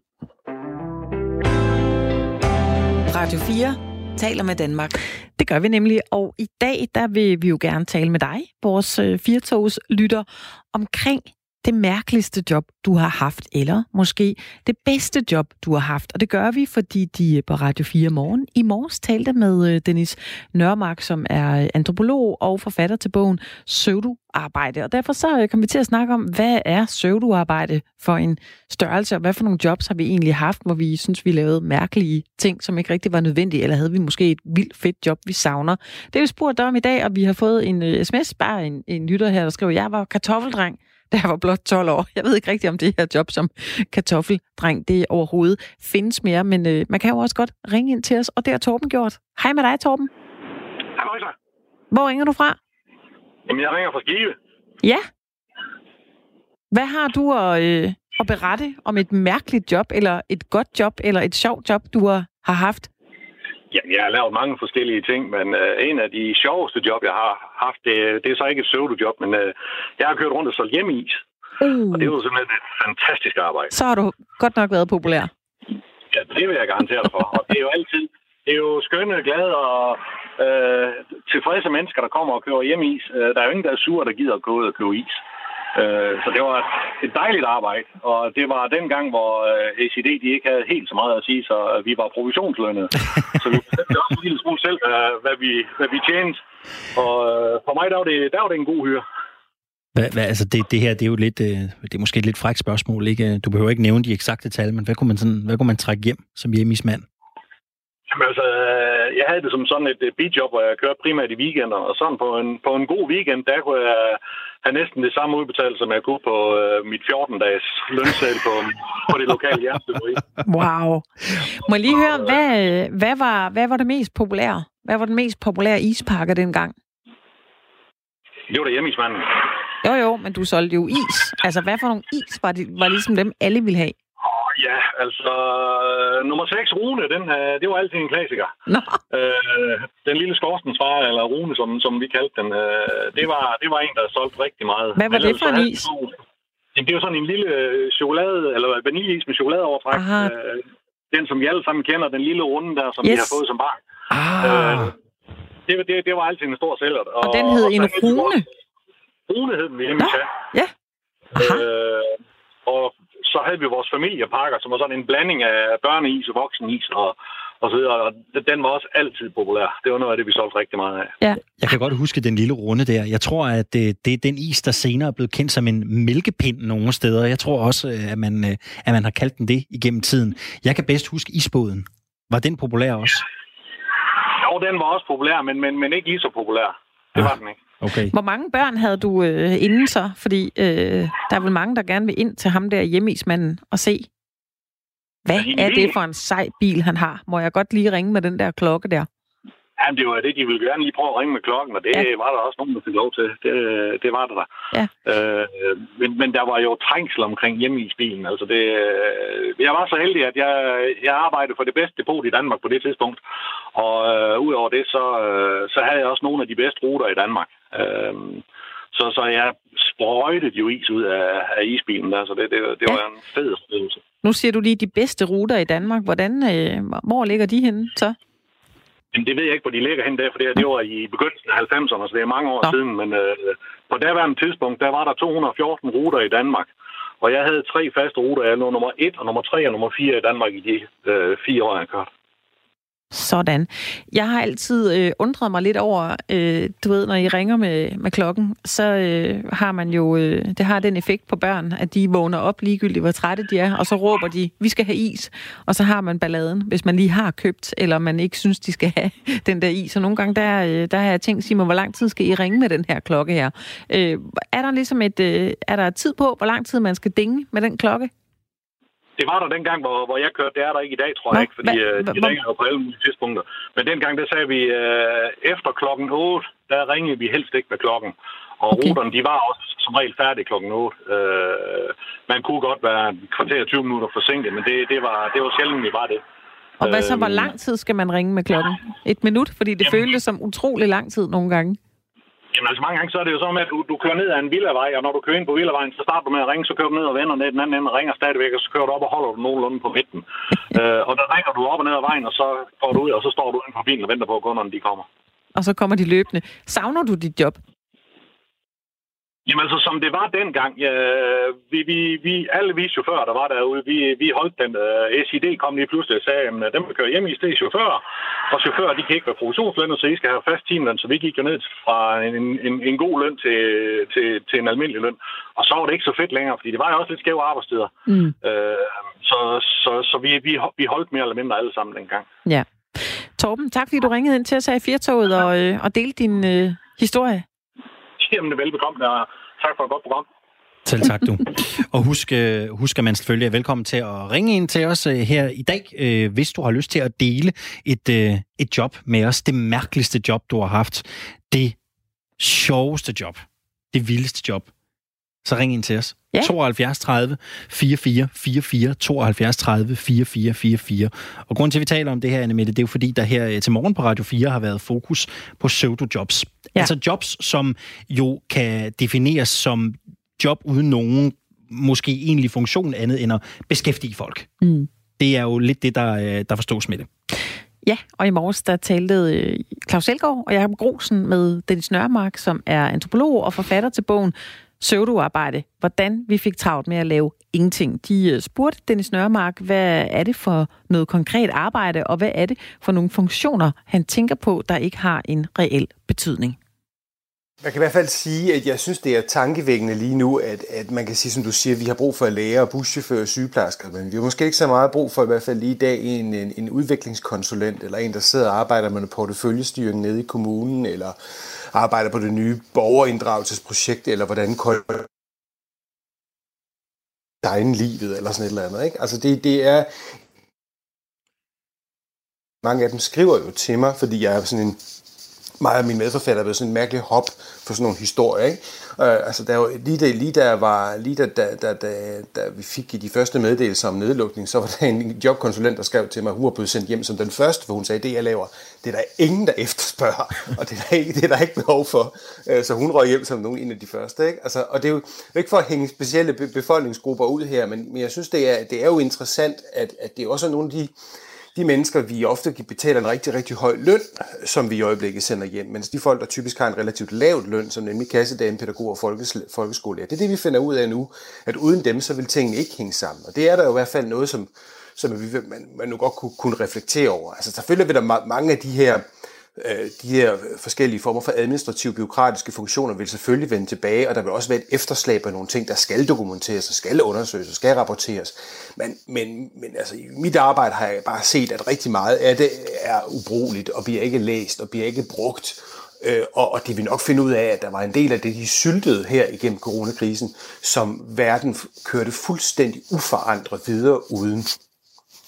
Radio fire taler med Danmark. Det gør vi nemlig, og i dag der vil vi jo gerne tale med dig, vores Firtogs lytter, omkring det mærkeligste job, du har haft, eller måske det bedste job, du har haft. Og det gør vi, fordi de på Radio fire Morgen i morges talte med Dennis Nørmark, som er antropolog og forfatter til bogen Pseudoarbejde. Og derfor så kommer vi til at snakke om, hvad er pseudoarbejde for en størrelse, og hvad for nogle jobs har vi egentlig haft, hvor vi synes, vi lavede mærkelige ting, som ikke rigtig var nødvendige, eller havde vi måske et vildt fedt job, vi savner. Det er vi spurgt om i dag, og vi har fået en sms, bare en, en lytter her, der skriver, jeg var kartoffeldreng, da jeg var blot tolv år. Jeg ved ikke rigtigt, om det her job som kartoffeldreng, det overhovedet findes mere, men øh, man kan jo også godt ringe ind til os, og det har Torben gjort. Hej med dig, Torben. Hej, Marisa. Hvor ringer du fra? Jamen, jeg ringer fra Skive. Ja. Hvad har du at, øh, at berette om et mærkeligt job, eller et godt job, eller et sjovt job, du har haft? Jamen, jeg har lavet mange forskellige ting, men øh, en af de sjoveste job, jeg har haft, det, det er så ikke et pseudojob, men øh, jeg har kørt rundt og solgt hjemmeis. Uh. Og det er jo simpelthen et fantastisk arbejde. Så har du godt nok været populær. Ja, det vil jeg garantere dig for. Og det er jo altid, det er jo skønne, glade og øh, tilfredse mennesker, der kommer og køber hjemmeis. Øh, der er jo ingen, der er sure, der gider at gå ud og købe is. Så det var et dejligt arbejde, og det var den gang, hvor A C D de ikke havde helt så meget at sige, så vi var provisionslønnede. Så vi bestemte også en lille smule selv, hvad vi, hvad vi tjente. Og for mig, der var det, der var det en god hyre. Hvad, hvad, altså det, det her, det er jo lidt, det er måske et lidt frækt spørgsmål, ikke? Du behøver ikke nævne de eksakte tal, men hvad kunne man, sådan, hvad kunne man trække hjem som hjemmeismand? Jamen altså, jeg havde det som sådan et bidjob, hvor jeg kørte primært i weekender, og sådan på en, på en god weekend, der kunne jeg have næsten det samme udbetalt, som jeg kunne på uh, mit fjorten-dages lønseddel på, på det lokale jernstøberi. Wow. Må jeg lige høre, hvad, hvad, var, hvad var det mest populære? Hvad var den mest populære ispakker dengang? Det var der hjemmeismanden. Jo jo, men du solgte jo is. Altså, hvad for nogle is var, det, var ligesom dem, alle ville have? Ja, altså nummer seks, Rune, den, det var altid en klassiker. No. Øh, den lille skorstensfar, eller Rune, som, som vi kaldte den, øh, det, var, det var en, der solgte rigtig meget. Hvad var det for en is? Jamen, det var sådan en lille chokolade, eller vaniljeis med chokoladeovertræk. Øh, den, som vi alle sammen kender, den lille runde der, som yes. vi har fået som barn. Ah. Øh, det, det, det var altid en stor sælger. Og, og den hed og en Rune? Rune hed den, vi hjemme. Ja. Aha. Øh, og så havde vi vores familiepakker, som var sådan en blanding af børneis og voksenis og, og så videre. Og den var også altid populær. Det var noget af det, vi solgte rigtig meget af. Ja. Jeg kan godt huske den lille runde der. Jeg tror, at det, det er den is, der senere er blevet kendt som en mælkepind nogle steder. Jeg tror også, at man, at man har kaldt den det igennem tiden. Jeg kan bedst huske isbåden. Var den populær også? Jo, den var også populær, men, men, men ikke lige så populær. Det ah. var den ikke. Okay. Hvor mange børn havde du øh, inden så? Fordi øh, der er vel mange, der gerne vil ind til ham der hjemmeismanden og se, hvad er det for en sej bil, han har? Må jeg godt lige ringe med den der klokke der? Jamen, det var det, de ville gerne lige prøve at ringe med klokken, og det ja. var der også nogen, der fik lov til. Det, det var der der. Ja. Øh, men, men der var jo trængsel omkring hjemmeisbilen. Altså det, jeg var så heldig, at jeg, jeg arbejdede for det bedste depot i Danmark på det tidspunkt. Og øh, udover det, så, øh, så havde jeg også nogle af de bedste ruter i Danmark. Øh, så, så jeg sprøjtede jo is ud af, af isbilen der, så det, det, det ja. var en fed oplevelse. Nu siger du lige de bedste ruter i Danmark. Hvordan, øh, hvor ligger de henne så? Men det ved jeg ikke, hvor de ligger hen der, for det, det var i begyndelsen af halvfemserne, så det er mange år Nå. siden. Men øh, på daværende tidspunkt, der var der to hundrede og fjorten ruter i Danmark. Og jeg havde tre faste ruter. Jeg lå nummer et og nummer tre og nummer fire i Danmark i de øh, fire år, jeg har kørt. Sådan. Jeg har altid øh, undret mig lidt over, øh, du ved, når I ringer med, med klokken, så øh, har man jo, øh, det har den effekt på børn, at de vågner op ligegyldigt, hvor trætte de er, og så råber de, vi skal have is, og så har man balladen, hvis man lige har købt, eller man ikke synes, de skal have den der is. Og nogle gange, der, øh, der har jeg tænkt, Simon, hvor lang tid skal I ringe med den her klokke her? Øh, er der ligesom et, øh, er der tid på, hvor lang tid man skal dinge med den klokke? Det var der dengang, hvor, hvor jeg kørte. Det er der ikke i dag, tror Nå, jeg ikke, fordi hva, hva, de ringer jo på alle mulige tidspunkter. Men dengang, der sagde vi, øh, efter klokken otte, der ringede vi helst ikke med klokken. Og okay. ruterne, de var også som regel færdige klokken otte. Øh, man kunne godt være en kvarter tyve minutter forsinket, men det, det, var, det var sjældent, vi var det. Og hvad så, hvor lang tid skal man ringe med klokken? Et minut? Fordi det jamen, føltes som utrolig lang tid nogle gange. Jamen altså mange gange så er det jo sådan, at du, du kører ned ad en villavej, og når du kører ind på villavejen, så starter du med at ringe, så kører du ned og vender ned den anden ende og ringer stadigvæk, og så kører du op og holder du nogenlunde på midten. øh, og der ringer du op og ned ad vejen, og så går du ud, og så står du inde på bilen og venter på, at kunderne de kommer. Og så kommer de løbende. Savner du dit job? Jamen altså, som det var dengang, ja, vi, vi, vi, alle vi chauffører, der var derude, vi, vi holdt den. Uh, S I D kom lige pludselig og sagde, at dem, der kører hjem i stedet chauffører, og chauffører, de kan ikke være produktionslønnet, så I skal have fast timeløn, så vi gik jo ned fra en, en, en god løn til, til, til en almindelig løn. Og så var det ikke så fedt længere, fordi det var jo også lidt skæve arbejdstider. Mm. Uh, så så, så vi, vi, vi holdt mere eller mindre alle sammen dengang. Ja. Torben, tak fordi du ringede ind til os her i Firtoget og, øh, og delte din øh, historie. Jamen, velbekomme, og tak for et godt program. Selv tak, du. Og husk, husk, at man selvfølgelig er velkommen til at ringe ind til os her i dag, hvis du har lyst til at dele et, et job med os. Det mærkeligste job, du har haft. Det sjoveste job. Det vildeste job. Så ring ind til os. Ja. tooghalvfjerds tredive fireogfyrre fireogfyrre, tooghalvfjerds tredive fireogfyrre fireogfyrre. Og grunden til, at vi taler om det her, Annemette, det er jo fordi, der her til morgen på Radio fire har været fokus på pseudojobs. Ja. Altså jobs, som jo kan defineres som job uden nogen måske egentlig funktion andet end at beskæftige folk. Mm. Det er jo lidt det, der, der forstås med det. Ja, og i morges der talte Claus Elgaard og Jacob Grosen med Dennis Nørmark, som er antropolog og forfatter til bogen Pseudoarbejde. Hvordan vi fik travlt med at lave ingenting. De spurgte Dennis Nørmark, hvad er det for noget konkret arbejde, og hvad er det for nogle funktioner, han tænker på, der ikke har en reel betydning. Jeg kan i hvert fald sige, at jeg synes, det er tankevækkende lige nu, at, at man kan sige, som du siger, at vi har brug for læger, buschauffører og sygeplejersker, men vi har måske ikke så meget brug for i hvert fald lige i dag en, en, en udviklingskonsulent, eller en, der sidder og arbejder med en porteføljestyring nede i kommunen, eller arbejder på det nye borgerinddragelsesprojekt, eller hvordan kolder livet eller sådan et eller andet. Ikke? Altså det, det er... Mange af dem skriver jo til mig, fordi jeg er sådan en... Meget af mine medforfattere har været sådan en mærkelig hop for sådan nogle historier, ikke? Uh, altså, der var, lige, der, lige der var, lige der, der, der, der, der vi fik de første meddelelser om nedlukning, så var der en jobkonsulent, der skrev til mig, hun var blevet sendt hjem som den første, for hun sagde, det jeg laver, det er der ingen, der efterspørger, og det er der ikke, det er der ikke behov for. Uh, så hun røg hjem som nogen en af de første, ikke? Altså, og det er jo ikke for at hænge specielle befolkningsgrupper ud her, men, men jeg synes, det er, det er jo interessant, at, at det også er nogle af de De mennesker, vi ofte betaler en rigtig, rigtig høj løn, som vi i øjeblikket sender hjem, mens de folk, der typisk har en relativt lavt løn, som nemlig kassedame, pædagoger og folkeskolelærer, det er det, vi finder ud af nu, at uden dem, så vil tingene ikke hænge sammen. Og det er der jo i hvert fald noget, som, som vi, man, man nu godt kunne, kunne reflektere over. Altså selvfølgelig vil der mange af de her, øh, de her forskellige former for administrative, byråkratiske funktioner vil selvfølgelig vende tilbage, og der vil også være et efterslæb af nogle ting, der skal dokumenteres, og skal undersøges, og skal rapporteres. Men, men, men altså, i mit arbejde har jeg bare set, at rigtig meget af det er ubrugeligt, og bliver ikke læst, og bliver ikke brugt. Øh, og, og det vil nok finde ud af, at der var en del af det, de syltede her igennem coronakrisen, som verden kørte fuldstændig uforandret videre uden.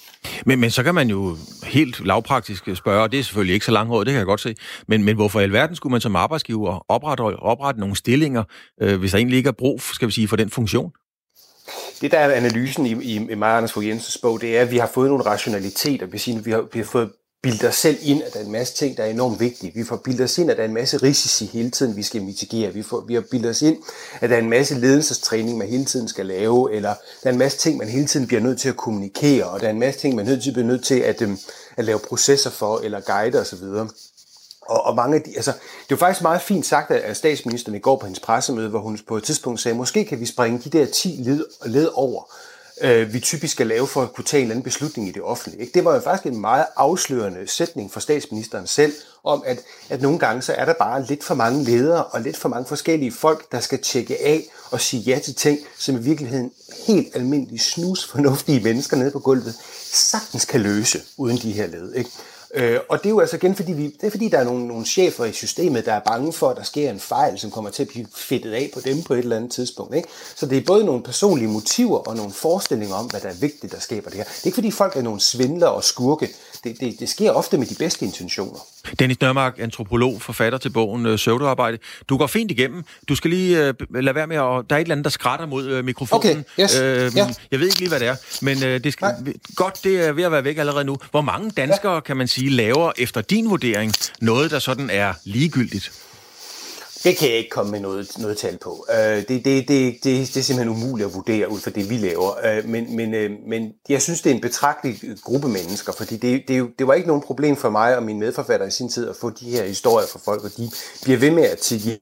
Men, men så kan man jo helt lavpraktisk spørge, og det er selvfølgelig ikke så langhåret, det kan jeg godt se, men, men hvorfor i alverden skulle man som arbejdsgiver oprette, oprette nogle stillinger, øh, hvis der egentlig ikke er brug, skal vi sige, for den funktion? Det, der er analysen i, i, i Maja Anders Fogh Jensens bog, det er, at vi har fået nogle rationaliteter. Vi, siger, vi, har, vi har fået bildet os selv ind, at der er en masse ting, der er enormt vigtige. Vi får bildet os ind, at der er en masse risici hele tiden, vi skal mitigere. Vi, får, vi har bildet os ind, at der er en masse ledelsestræning, man hele tiden skal lave, eller der er en masse ting, man hele tiden bliver nødt til at kommunikere, og der er en masse ting, man hele tiden bliver nødt til at, øhm, at lave processer for, eller guide osv. Og, og mange af de, altså, det var faktisk meget fint sagt af statsministeren i går på hendes pressemøde, hvor hun på et tidspunkt sagde, måske kan vi springe de der ti led, led over, øh, vi typisk skal lave for at kunne tage en eller anden beslutning i det offentlige. Ikke? Det var jo faktisk en meget afslørende sætning for statsministeren selv, om at, at nogle gange så er der bare lidt for mange ledere og lidt for mange forskellige folk, der skal tjekke af og sige ja til ting, som i virkeligheden helt almindelige snusfornuftige mennesker nede på gulvet sagtens kan løse uden de her led. Ikke? Øh, og det er jo altså igen, fordi, vi, det er fordi, der er nogle, nogle chefer i systemet, der er bange for, at der sker en fejl, som kommer til at blive fedtet af på dem på et eller andet tidspunkt. Ikke? Så det er både nogle personlige motiver og nogle forestillinger om, hvad der er vigtigt, der skaber det her. Det er ikke fordi folk er nogle svindlere og skurke. Det, det, det sker ofte med de bedste intentioner. Dennis Nørmark, antropolog, forfatter til bogen øh, Pseudoarbejde. Du går fint igennem. Du skal lige øh, lade være med at... Der er et eller andet, der skrætter mod øh, mikrofonen. Okay, yes. øh, ja. Jeg ved ikke lige, hvad det er, men øh, det skal, godt, det er ved at være væk allerede nu. Hvor mange danskere, ja. kan man sige, laver efter din vurdering noget, der sådan er ligegyldigt? Det kan jeg ikke komme med noget, noget tal på. Uh, det, det, det, det, det er simpelthen umuligt at vurdere ud fra det, vi laver. Uh, men, men, uh, men jeg synes, det er en betragtelig gruppe mennesker, fordi det, det, det var ikke nogen problem for mig og mine medforfattere i sin tid at få de her historier fra folk, og de bliver ved med at tige.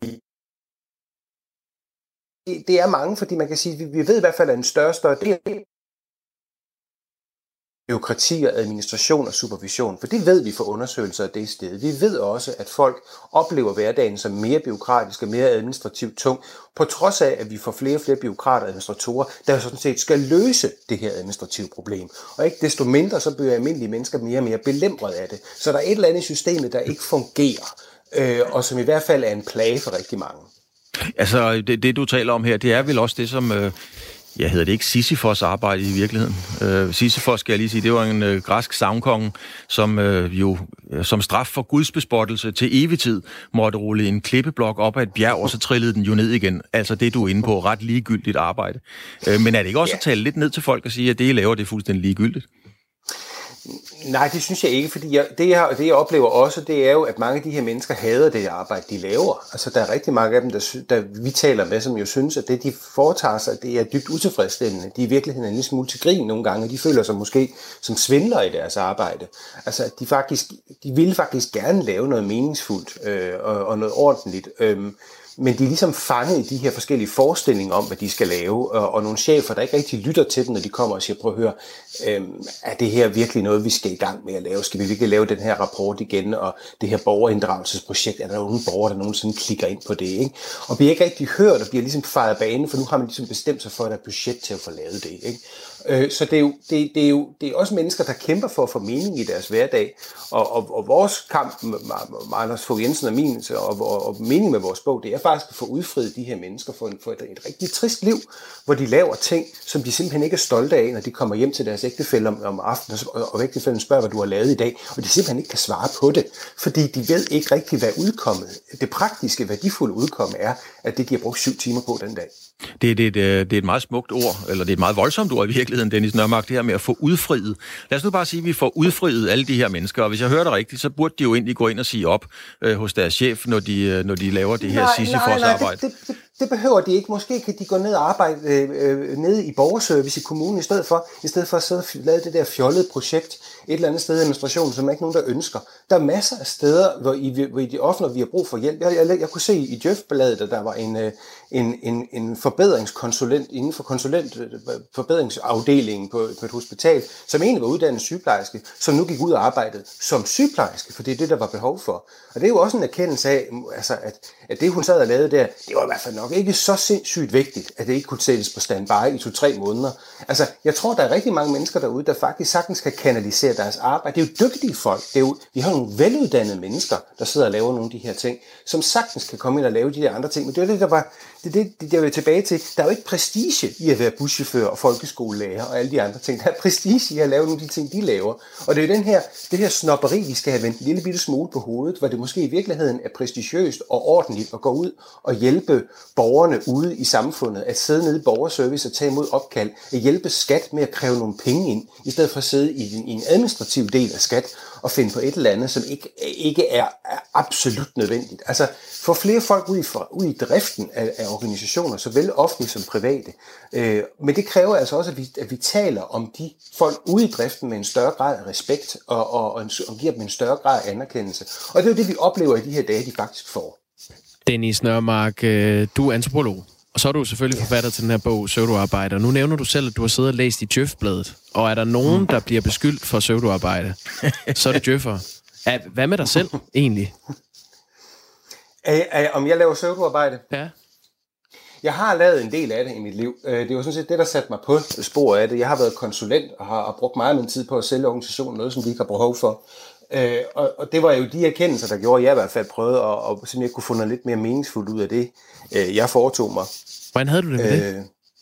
Det er mange, fordi man kan sige, at vi ved i hvert fald, at en større større del bureaukrati og administration og supervision, for det ved vi fra undersøgelser af det sted. Vi ved også, at folk oplever hverdagen som mere bureaukratisk og mere administrativt tung, på trods af, at vi får flere og flere bureaukrater og administratorer, der sådan set skal løse det her administrative problem. Og ikke desto mindre, så bliver almindelige mennesker mere og mere belemret af det. Så der er et eller andet i systemet, der ikke fungerer, øh, og som i hvert fald er en plage for rigtig mange. Altså, det, det du taler om her, det er vel også det, som... Øh Ja, hedder det ikke Sisyfos arbejde i virkeligheden? Uh, Sisyfos, skal jeg lige sige, det var en uh, græsk sagnkonge, som uh, jo uh, som straf for gudsbespottelse til evig tid måtte rulle en klippeblok op ad et bjerg, og så trillede den jo ned igen. Altså det, du er inde på, ret ligegyldigt arbejde. Uh, men er det ikke også ja. at tale lidt ned til folk og sige, at det, I laver, det er fuldstændig ligegyldigt? Nej, det synes jeg ikke, fordi jeg, det, jeg, det jeg oplever også, det er jo, at mange af de her mennesker hader det arbejde, de laver. Altså der er rigtig mange af dem, der, der vi taler med, som jo synes, at det de foretager sig, det er dybt utilfredsstillende. De er i virkeligheden en lille smule til grin nogle gange, og de føler sig måske som svindlere i deres arbejde. Altså de, faktisk, de vil faktisk gerne lave noget meningsfuldt øh, og, og noget ordentligt, øh, men de er ligesom fanget i de her forskellige forestillinger om, hvad de skal lave, og, og nogle chefer, der ikke rigtig lytter til dem, når de kommer og siger, prøv at høre, øhm, er det her virkelig noget, vi skal i gang med at lave? Skal vi virkelig lave den her rapport igen, og det her borgerinddragelsesprojekt? Er der nogen borgere, der nogensinde klikker ind på det? Ikke? Og bliver ikke rigtig hørt, og bliver ligesom fejret banen, for nu har man ligesom bestemt sig for, at der er budget til at få lavet det. Ikke? Øh, så det er, jo, det, det, er jo, det er også mennesker, der kæmper for at få mening i deres hverdag, og, og, og vores kamp med Anders Fogh Jensen og min, og, og, og mening med vores bog, det er faktisk at få udfriet de her mennesker for, en, for et, et rigtig trist liv, hvor de laver ting, som de simpelthen ikke er stolte af, når de kommer hjem til deres ægtefælle om, om aftenen, og, og ægtefællen spørger, hvad du har lavet i dag, og de simpelthen ikke kan svare på det, fordi de ved ikke rigtig, hvad udkommet, det praktiske, værdifulde udkomme er, at det de har brugt syv timer på den dag. Det, det, det, det er et meget smukt ord, eller det er et meget voldsomt ord i virkeligheden, Dennis Nørmark, det her med at få udfriet. Lad os nu bare sige, at vi får udfriet alle de her mennesker, og hvis jeg hører det rigtigt, så burde de jo egentlig gå ind og sige op øh, hos deres chef, når de, når de laver det her Sisyfos-arbejde. Det, det, det behøver de ikke. Måske kan de gå ned og arbejde øh, nede i borgerservice i kommunen, i stedet for, i stedet for at sidde og lave det der fjollede projekt et eller andet sted i administrationen, som ikke nogen, der ønsker. Der er masser af steder, hvor i, hvor i de offentlige vi har brug for hjælp. Jeg, jeg, jeg kunne se i Djøf-bladet, at der var en, en, en, en forbedringskonsulent inden for konsulent forbedringsafdelingen på, på et hospital, som egentlig var uddannet sygeplejerske, som nu gik ud og arbejdede som sygeplejerske, for det er det, der var behov for. Og det er jo også en erkendelse af, altså, at, at det, hun sad og lavede der, det var i hvert fald nok ikke så sindssygt vigtigt, at det ikke kunne sættes på standby i to-tre måneder. Altså, jeg tror, der er rigtig mange mennesker derude, der faktisk sagtens kan kanalisere deres arbejde. Det er jo dygtige folk. Det er jo, vi har nogle veluddannede mennesker, der sidder og laver nogle af de her ting, som sagtens kan komme ind og lave de der andre ting. Men det er det, der var, det er det, det, der vil tilbage til. Der er jo ikke prestige i at være buschauffør og folkeskolelærer og alle de andre ting. Der er prestige i at lave nogle af de ting, de laver. Og det er jo den her, det her snobberi, vi skal have vendt en lille bitte smule på hovedet, hvor det måske i virkeligheden er prestigiøst og ordentligt at gå ud og hjælpe borgerne ude i samfundet, at sidde nede i borgerservice og tage imod opkald, at hjælpe skat med at kræve nogle penge ind, i stedet for at sidde i en, i en administrativ del af skat og finde på et eller andet, som ikke, ikke er, er absolut nødvendigt. Altså, få flere folk ud i, ud i driften af, af organisationer, såvel offentlige som private. Øh, men det kræver altså også, at vi, at vi taler om de folk ude i driften med en større grad af respekt og, og, og, en, og giver dem en større grad af anerkendelse. Og det er jo det, vi oplever i de her dage, de faktisk får. Dennis Nørmark, du er antropolog, og så er du selvfølgelig forfatter til den her bog, Pseudoarbejde. Nu nævner du selv, at du har siddet og læst i Djøf-bladet, og er der nogen, der bliver beskyldt for pseudoarbejde, så er det djøffere. Hvad med dig selv, egentlig? Æ, æ, om jeg laver pseudoarbejde? Ja. Jeg har lavet en del af det i mit liv. Det var sådan set det, der satte mig på sporet af det. Jeg har været konsulent og har brugt meget af min tid på at sælge organisationen, noget som de ikke har behov for. Øh, og, og det var jo de erkendelser, der gjorde, at jeg i hvert fald prøvede at, og, og simpelthen kunne få noget lidt mere meningsfuldt ud af det, øh, jeg foretog mig. Hvordan havde du det med øh,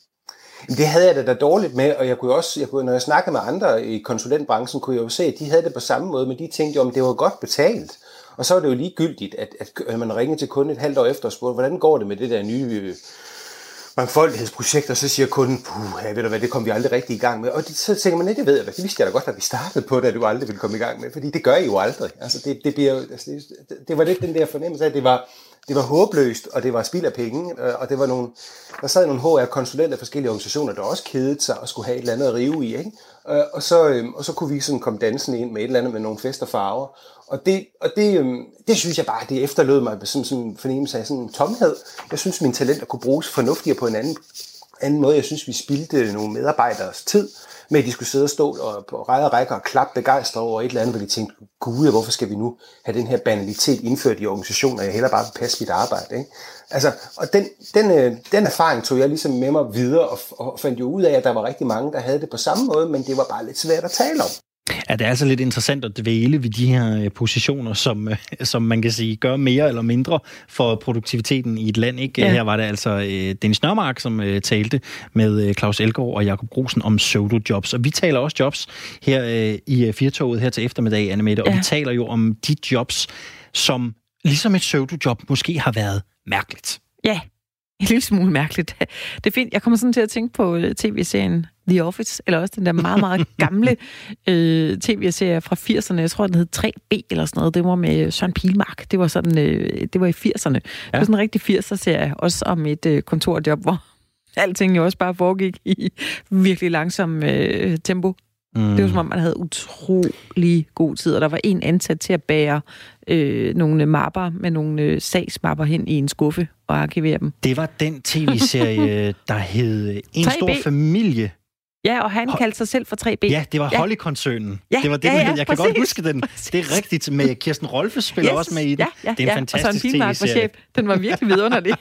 det? Det havde jeg det da dårligt med, og jeg kunne også, jeg kunne, når jeg snakkede med andre i konsulentbranchen, kunne jeg jo se, at de havde det på samme måde, men de tænkte jo, om det var godt betalt. Og så var det jo ligegyldigt, at, at man ringede til kunden et halvt år efter og spurgte, hvordan går det med det der nye øh, mangfoldighedsprojekt, og så siger kunden, puh, ja, ved du hvad, det kom vi aldrig rigtig i gang med. Og det, så tænker man, nej, det ved jeg, det vidste jeg da godt, at vi startede på det, at du aldrig ville komme i gang med, fordi det gør I jo aldrig. Altså, det, det, bliver, altså, det, det var lidt den der fornemmelse af, at det var, det var håbløst, og det var spild af penge, og det var nogle, der sad nogle H R-konsulenter af forskellige organisationer, der også kedede sig og skulle have et eller andet at rive i, ikke? Og så, og så kunne vi sådan komme dansende ind med et eller andet med nogle fest og farver. Og det, og det, det synes jeg bare, det efterlod mig med sådan, sådan en fornemmelse af sådan en tomhed. Jeg synes, mine talenter kunne bruges fornuftigere på en anden, anden måde. Jeg synes, vi spildte nogle medarbejderes tid med, at de skulle sidde og stå og på række og række og klappe begejstret over et eller andet, hvor de tænkte, gud, hvorfor skal vi nu have den her banalitet indført i organisationer? Jeg hellere bare passe mit arbejde, ikke? Altså, og den, den, den erfaring tog jeg ligesom med mig videre og, og fandt jo ud af, at der var rigtig mange, der havde det på samme måde, men det var bare lidt svært at tale om. Ja, det er altså lidt interessant at dvæle ved de her positioner, som, som man kan sige gør mere eller mindre for produktiviteten i et land. Ikke? Ja. Her var det altså Dennis Nørmark, som talte med Claus Elgaard og Jakob Grusen om pseudo-jobs. Og vi taler også jobs her i Firtoget her til eftermiddag, Anne Mette, og ja. Vi taler jo om de jobs, som ligesom et pseudo-job måske har været mærkeligt. Ja, en lille smule mærkeligt. Det er fint. Jeg kommer sådan til at tænke på tv-serien The Office, eller også den der meget, meget gamle øh, tv-serie fra firserne. Jeg tror, den hed tre B eller sådan noget. Det var med Søren Pilmark. Det var sådan, øh, det var i firserne. Ja. Det var sådan en rigtig firser-serie, også om et øh, kontorjob, hvor alting jo også bare foregik i virkelig langsom øh, tempo. Mm. Det var som om, man havde utrolig god tid, og der var en ansat til at bære øh, nogle mapper med nogle øh, sagsmapper hen i en skuffe og arkivere dem. Det var den tv-serie, der hed En stor familie. Ja, og han Ho- kaldte sig selv for tre B. Ja, det var ja. Holly-koncernen. Ja, det var det, ja, ja, jeg kan præcis. godt huske den. Det er rigtigt, med Kirsten Rolfe spiller yes. også med i den. Ja, ja, det er en ja. fantastisk tv-serie. Og Søren Pilmark var chef. Den var virkelig vidunderlig.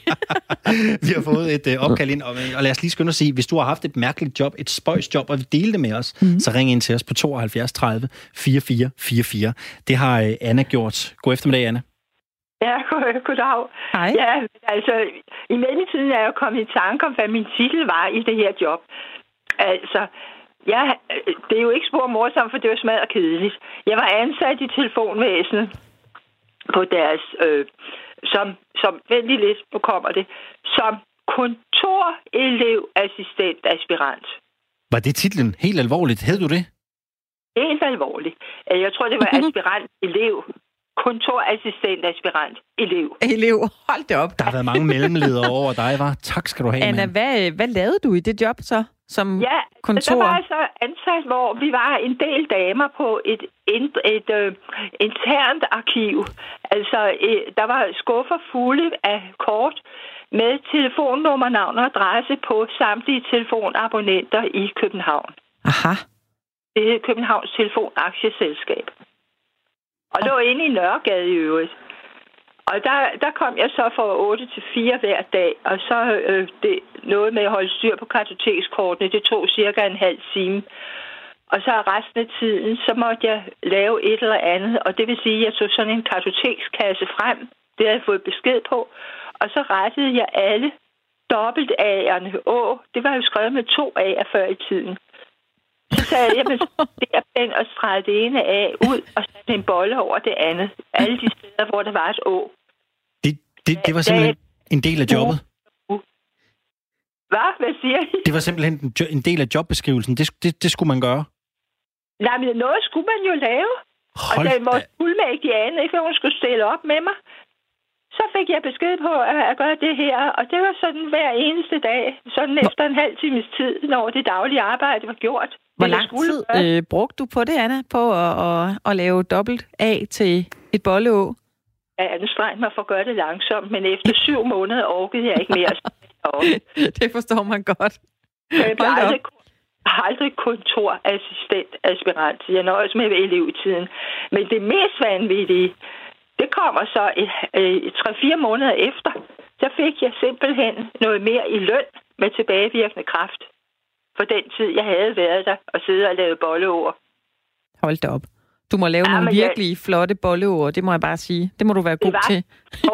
Vi har fået et uh, opkald ind, og, og lad os lige skynde at sige, hvis du har haft et mærkeligt job, et spøjsjob, og vil dele det med os, mm-hmm. så ring ind til os på tooghalvfjerds tredive fireogfyrre fireogfyrre. Det har uh, Anna gjort. God eftermiddag, Anna. Ja, goddag. Hej. Ja, altså, i mellemtiden er jeg kommet i tanke om, hvad min titel var i det her job. Altså, ja, det er jo ikke spor morsomt, for det var smadret kedeligt. Jeg var ansat i telefonvæsenet på deres, øh, som, som venlig lidt, nu kommer det, som kontorelevassistent aspirant. Var det titlen? Helt alvorligt? Hed du det? Helt alvorligt. Jeg tror, det var aspirant elev. Kontorassistent, aspirant, elev. Elev, hold det op. Der har været mange mellemledere over dig, var. Tak skal du have, Anna, hvad, hvad lavede du i det job så? Som ja, kontor? der var altså ansat, hvor vi var en del damer på et, et, et, et uh, internt arkiv. Altså, uh, der var skuffer fulde af kort med telefonnummer, navn og adresse på samtlige telefonabonnenter i København. Aha. Det hed Københavns Telefon Aktieselskab. Og lå inde i Nørregade i øvrigt. Og der, der kom jeg så fra otte til fire hver dag, og så øh, det, noget med at holde styr på kartotekskortene, det tog cirka en halv time. Og så resten af tiden, så måtte jeg lave et eller andet, og det vil sige, at jeg tog sådan en kartotekskasse frem, det havde jeg fået besked på, og så rettede jeg alle dobbelt A'erne. Åh, det var jo skrevet med to A'er før i tiden. Så sagde jeg, jeg og stregede det ene af ud, og satte en bolle over det andet. Alle de steder, hvor der var et Å. Det, det, det var simpelthen en del af jobbet? Hvad? Hvad siger I? Det var simpelthen en del af jobbeskrivelsen. Det, det, det skulle man gøre? Nej, men noget skulle man jo lave. Hold og da vores fuldmægtig de anede ikke, hvad hun skulle stille op med mig. Så fik jeg besked på at gøre det her, og det var sådan hver eneste dag, sådan efter en halv times tid, når det daglige arbejde var gjort. Hvor lang tid øh, brugte du på det, Anna, på at, at, at lave dobbelt A til et bolleå? Ja, jeg anstrengte mig for at gøre det langsomt, men efter syv måneder orkede jeg ikke mere. Det forstår man godt. Jeg blev aldrig, aldrig kontorassistent, aspirant. Jeg nøjes med elev i tiden. Men det mest vanvittige, det kommer så tre-fire måneder efter. Så fik jeg simpelthen noget mere i løn med tilbagevirkende kraft. For den tid, jeg havde været der og siddet og lavet bolleord. Hold da op. Du må lave ja, nogle virkelig jeg... flotte bolleord, det må jeg bare sige. Det må du være god det til.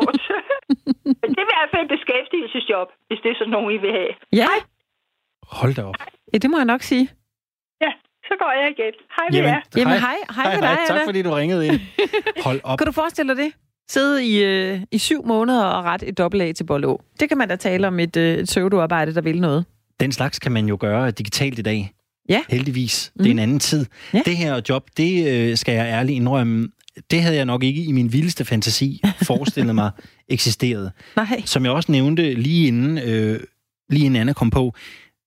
Men det er i hvert fald et beskæftigelsesjob, hvis det er sådan nogen, I vil have. Ja. Hej. Hold da op. Ja, det må jeg nok sige. Ja, så går jeg igen. Hej med Jamen, jer. Jamen, hej. Hej, hej med dig, Tak fordi du ringede ind. Hold op. Kan du forestille dig det? Sidde i, øh, i syv måneder og rette et dobbelt A til bolleå. Det kan man da tale om et, øh, et pseudoarbejde, der vil noget. Den slags kan man jo gøre digitalt i dag. Ja. Heldigvis. Det er en anden tid. Ja. Det her job, det øh, skal jeg ærligt indrømme, det havde jeg nok ikke i min vildeste fantasi forestillet mig eksisterede. Nej. Som jeg også nævnte lige inden, øh, lige inden Anna kom på,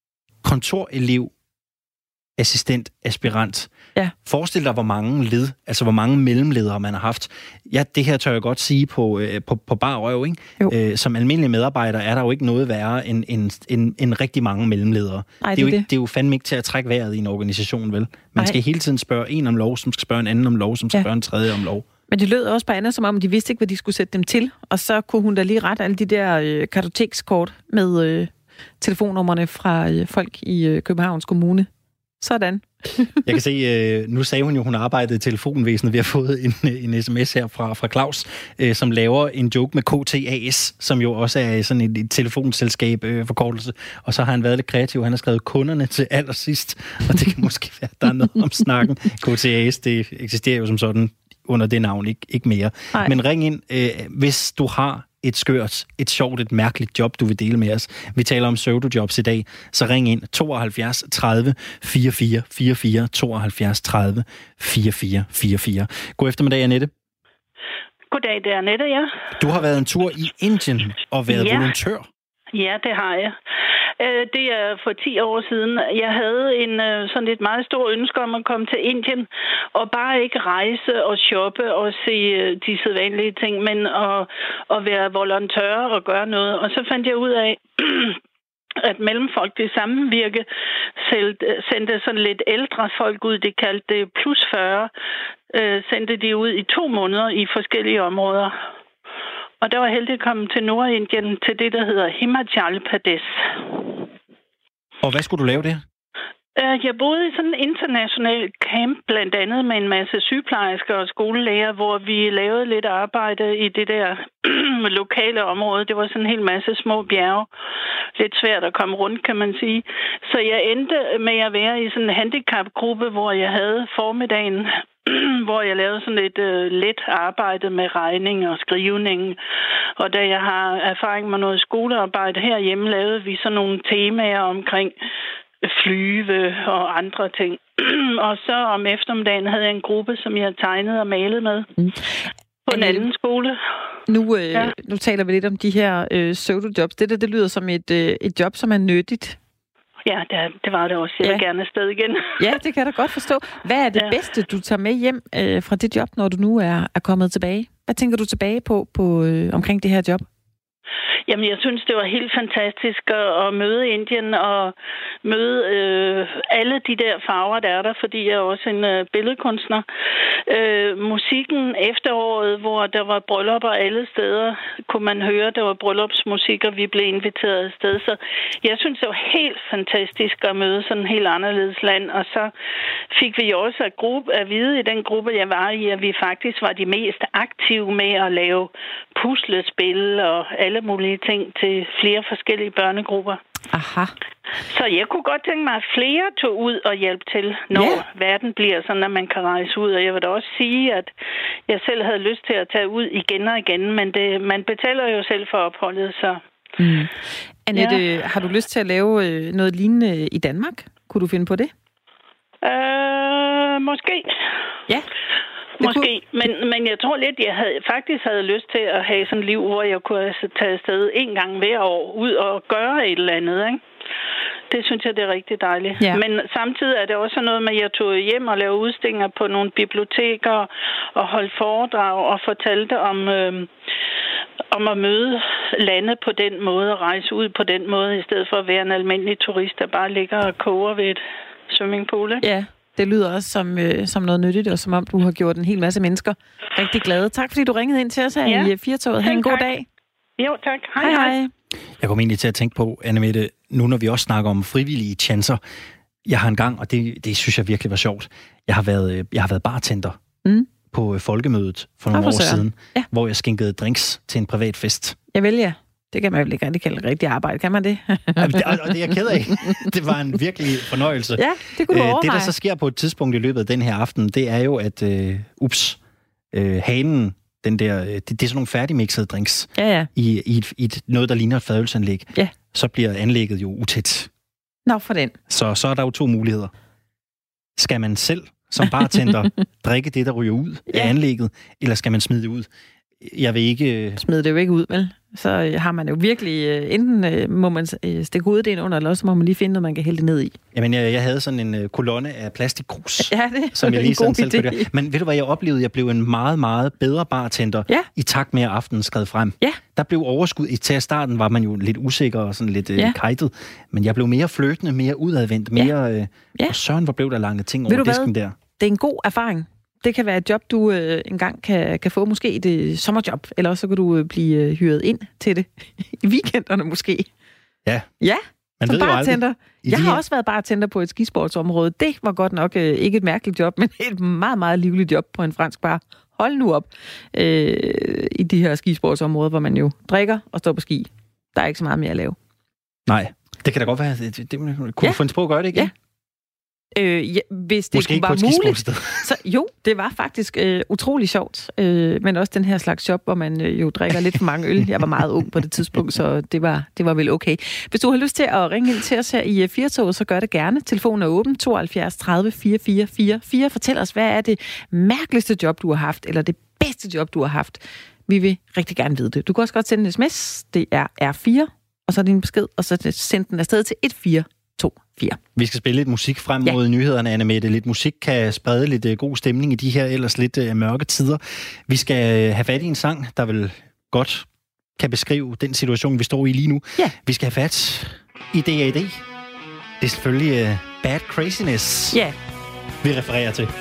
kontorelev, assistent, aspirant. Ja. Forestil dig, hvor mange led, altså hvor mange mellemledere man har haft. Ja, det her tør jeg godt sige på, øh, på, på bar røv, ikke? Øh, som almindelig medarbejder er der jo ikke noget værre end, end, end, end rigtig mange mellemledere. Ej, det, er det, jo det. Ikke, det er jo fandme ikke til at trække vejret i en organisation, vel? Man Ej. skal hele tiden spørge en om lov, som skal spørge en anden om lov, som skal ja. spørge en tredje om lov. Men det lød også på Anna, som om de vidste ikke, hvad de skulle sætte dem til. Og så kunne hun da lige rette alle de der øh, kartotekskort med øh, telefonnummerne fra øh, folk i øh, Københavns Kommune. Sådan. Jeg kan se, øh, nu sagde hun jo, hun arbejdede i telefonvæsenet. Vi har fået en, en sms her fra, fra Claus, øh, som laver en joke med K T A S, som jo også er sådan et, et telefonselskab øh, forkortelse. Og så har han været lidt kreativ. Han har skrevet kunderne til allersidst, og det kan måske være, der er noget om snakken. K T A S, det eksisterer jo som sådan under det navn, ikke, ikke mere. Nej. Men ring ind, øh, hvis du har et skørt, et sjovt, et mærkeligt job, du vil dele med os. Vi taler om pseudojobs i dag, så ring ind tooghalvfjerds tredive fireogfyrre fireogfyrre, tooghalvfjerds tredive fireogfyrre fireogfyrre. God eftermiddag, Annette. Goddag, det er Annette, ja. Du har været en tur i Indien og været ja. volontør. Ja, det har jeg. Det er for ti år siden. Jeg havde en sådan et meget stort ønske om at komme til Indien og bare ikke rejse og shoppe og se de sædvanlige ting, men at, at være volontør og gøre noget. Og så fandt jeg ud af, at Mellemfolkeligt Samvirke sendte sådan lidt ældre folk ud, de kaldte det plus fyrre, sendte de ud i to måneder i forskellige områder. Og der var heldig at komme til Nordindien, til det, der hedder Himachal Pradesh. Og hvad skulle du lave der? Jeg boede i sådan en international camp, blandt andet med en masse sygeplejersker og skolelærer, hvor vi lavede lidt arbejde i det der lokale område. Det var sådan en hel masse små bjerge. Lidt svært at komme rundt, kan man sige. Så jeg endte med at være i sådan en handicapgruppe, hvor jeg havde formiddagen, hvor jeg lavede sådan et øh, let arbejde med regning og skrivning. Og da jeg har erfaring med noget skolearbejde herhjemme, lavede vi sådan nogle temaer omkring flyve og andre ting. Og så om eftermiddagen havde jeg en gruppe, som jeg tegnede og malede med mm. på en anden skole. Nu, øh, ja. nu taler vi lidt om de her øh, pseudojobs. Det der, det lyder som et, øh, et job, som er nyttigt. Ja, det, det var det også. Jeg ja. vil gerne afsted igen. Ja, det kan jeg da godt forstå. Hvad er det ja. bedste, du tager med hjem øh, fra det job, når du nu er, er kommet tilbage? Hvad tænker du tilbage på, på øh, omkring det her job? Jamen, jeg synes, det var helt fantastisk at, at møde Indien og møde øh, alle de der farver, der er der, fordi jeg er også en øh, billedkunstner. Øh, musikken efteråret, hvor der var bryllupper alle steder, kunne man høre, der var bryllupsmusik, og vi blev inviteret afsted. Så jeg synes, det var helt fantastisk at møde sådan en helt anderledes land. Og så fik vi også at, gruppe, at vide i den gruppe, jeg var i, at vi faktisk var de mest aktive med at lave puslespil og alle mulige ting til flere forskellige børnegrupper. Aha. Så jeg kunne godt tænke mig, at flere tog ud og hjælpe til, når yeah. verden bliver sådan, at man kan rejse ud. Og jeg vil da også sige, at jeg selv havde lyst til at tage ud igen og igen, men det, man betaler jo selv for opholdet, så... Mm. Annette, ja. Har du lyst til at lave noget lignende i Danmark? Kunne du finde på det? Øh, måske. Ja. Måske, men, men jeg tror lidt, jeg havde, faktisk havde lyst til at have sådan et liv, hvor jeg kunne tage afsted en gang hver år ud og gøre et eller andet, ikke? Det synes jeg, det er rigtig dejligt. Ja. Men samtidig er det også noget med, at jeg tog hjem og lavede udstillinger på nogle biblioteker og holdt foredrag og fortalte om, øh, om at møde lande på den måde og rejse ud på den måde, i stedet for at være en almindelig turist, der bare ligger og koger ved et swimmingpool. Ikke? Ja. Det lyder også som, øh, som noget nyttigt, og som om du har gjort en hel masse mennesker rigtig glade. Tak, fordi du ringede ind til os her ja. i Firtoget. Ha' en god dag. Jo, tak. Hej, hej. hej. Jeg kommer egentlig til at tænke på, Anne-Mette, nu når vi også snakker om frivillige chancer. Jeg har engang, og det, det synes jeg virkelig var sjovt, jeg har været, jeg har været bartender mm. på folkemødet for nogle år siden, ja. hvor jeg skænkede drinks til en privat fest. Jeg vælger. Det kan man vel ikke rigtig kalde rigtig arbejde, kan man det? Ja, det og det er jeg ked af. Det var en virkelig fornøjelse. Ja, det kunne du overveje. Det, der så sker på et tidspunkt i løbet af den her aften, det er jo, at uh, ups, uh, hanen, den der, det, det er sådan nogle færdigmixede drinks, ja, ja. I, i, et, i et, noget, der ligner et fadølsanlæg. Ja. Så bliver anlægget jo utæt. Nå, for den. Så, så er der jo to muligheder. Skal man selv som bartender drikke det, der ryger ud ja. af anlægget, eller skal man smide det ud? Jeg vil ikke... Smide det jo ikke ud, vel? Så har man jo virkelig... Enten må man stikke hovedet ind under, eller også må man lige finde noget, man kan hælde det ned i. Jamen, jeg, jeg havde sådan en kolonne af plastikkrus, ja, det som jeg lige sådan selv det. Men ved du hvad, jeg oplevede? Jeg blev en meget, meget bedre bartender, ja. i takt med, at aftenen skred frem. Ja. Der blev overskud. Til at starten var man jo lidt usikker og sådan lidt ja. kajtet, men jeg blev mere fløtende, mere udadvendt, mere... Ja. Ja. Og søren, hvor blev der lange ting over disken der. Det er en god erfaring. Det kan være et job, du øh, engang kan, kan få. Måske et øh, sommerjob, eller også så kan du øh, blive øh, hyret ind til det. I weekenderne måske. Ja. Ja, man som ved bartender. Jeg har også været bartender på et skisportsområde. Det var godt nok øh, ikke et mærkeligt job, men et meget, meget livligt job på en fransk bar. Hold nu op. Øh, I de her skisportsområder, hvor man jo drikker og står på ski. Der er ikke så meget mere at lave. Nej, det kan da godt være. Det, det, det, kunne ja. du finde på at gøre det igen? Ja. Øh, ja, hvis det Måske ikke var muligt, så jo, det var faktisk øh, utrolig sjovt. Øh, men også den her slags job, hvor man øh, jo drikker lidt for mange øl. Jeg var meget ung på det tidspunkt, så det var, det var vel okay. Hvis du har lyst til at ringe ind til os her i Firtoget, så gør det gerne. Telefonen er åben, tooghalvfjerds tredive fireogfyrre fireogfyrre. Fortæl os, hvad er det mærkeligste job, du har haft, eller det bedste job, du har haft. Vi vil rigtig gerne vide det. Du kan også godt sende en sms. Det er R fire, og så din besked, og så send den afsted til et fire to fire. Vi skal spille lidt musik frem mod ja. nyhederne, Anne-Mette. Lidt musik kan sprede lidt uh, god stemning i de her ellers lidt uh, mørke tider. Vi skal uh, have fat i en sang, der vel godt kan beskrive den situation, vi står i lige nu. Ja. Vi skal have fat i D A D. Det er selvfølgelig uh, Bad Craziness, ja. vi refererer til.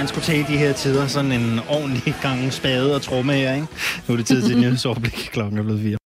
man skulle tage i de her tider. Sådan en ordentlig gang spade og tromme her, ikke? Nu er det tid til nyhedsoverblik. Klokken er blevet fire.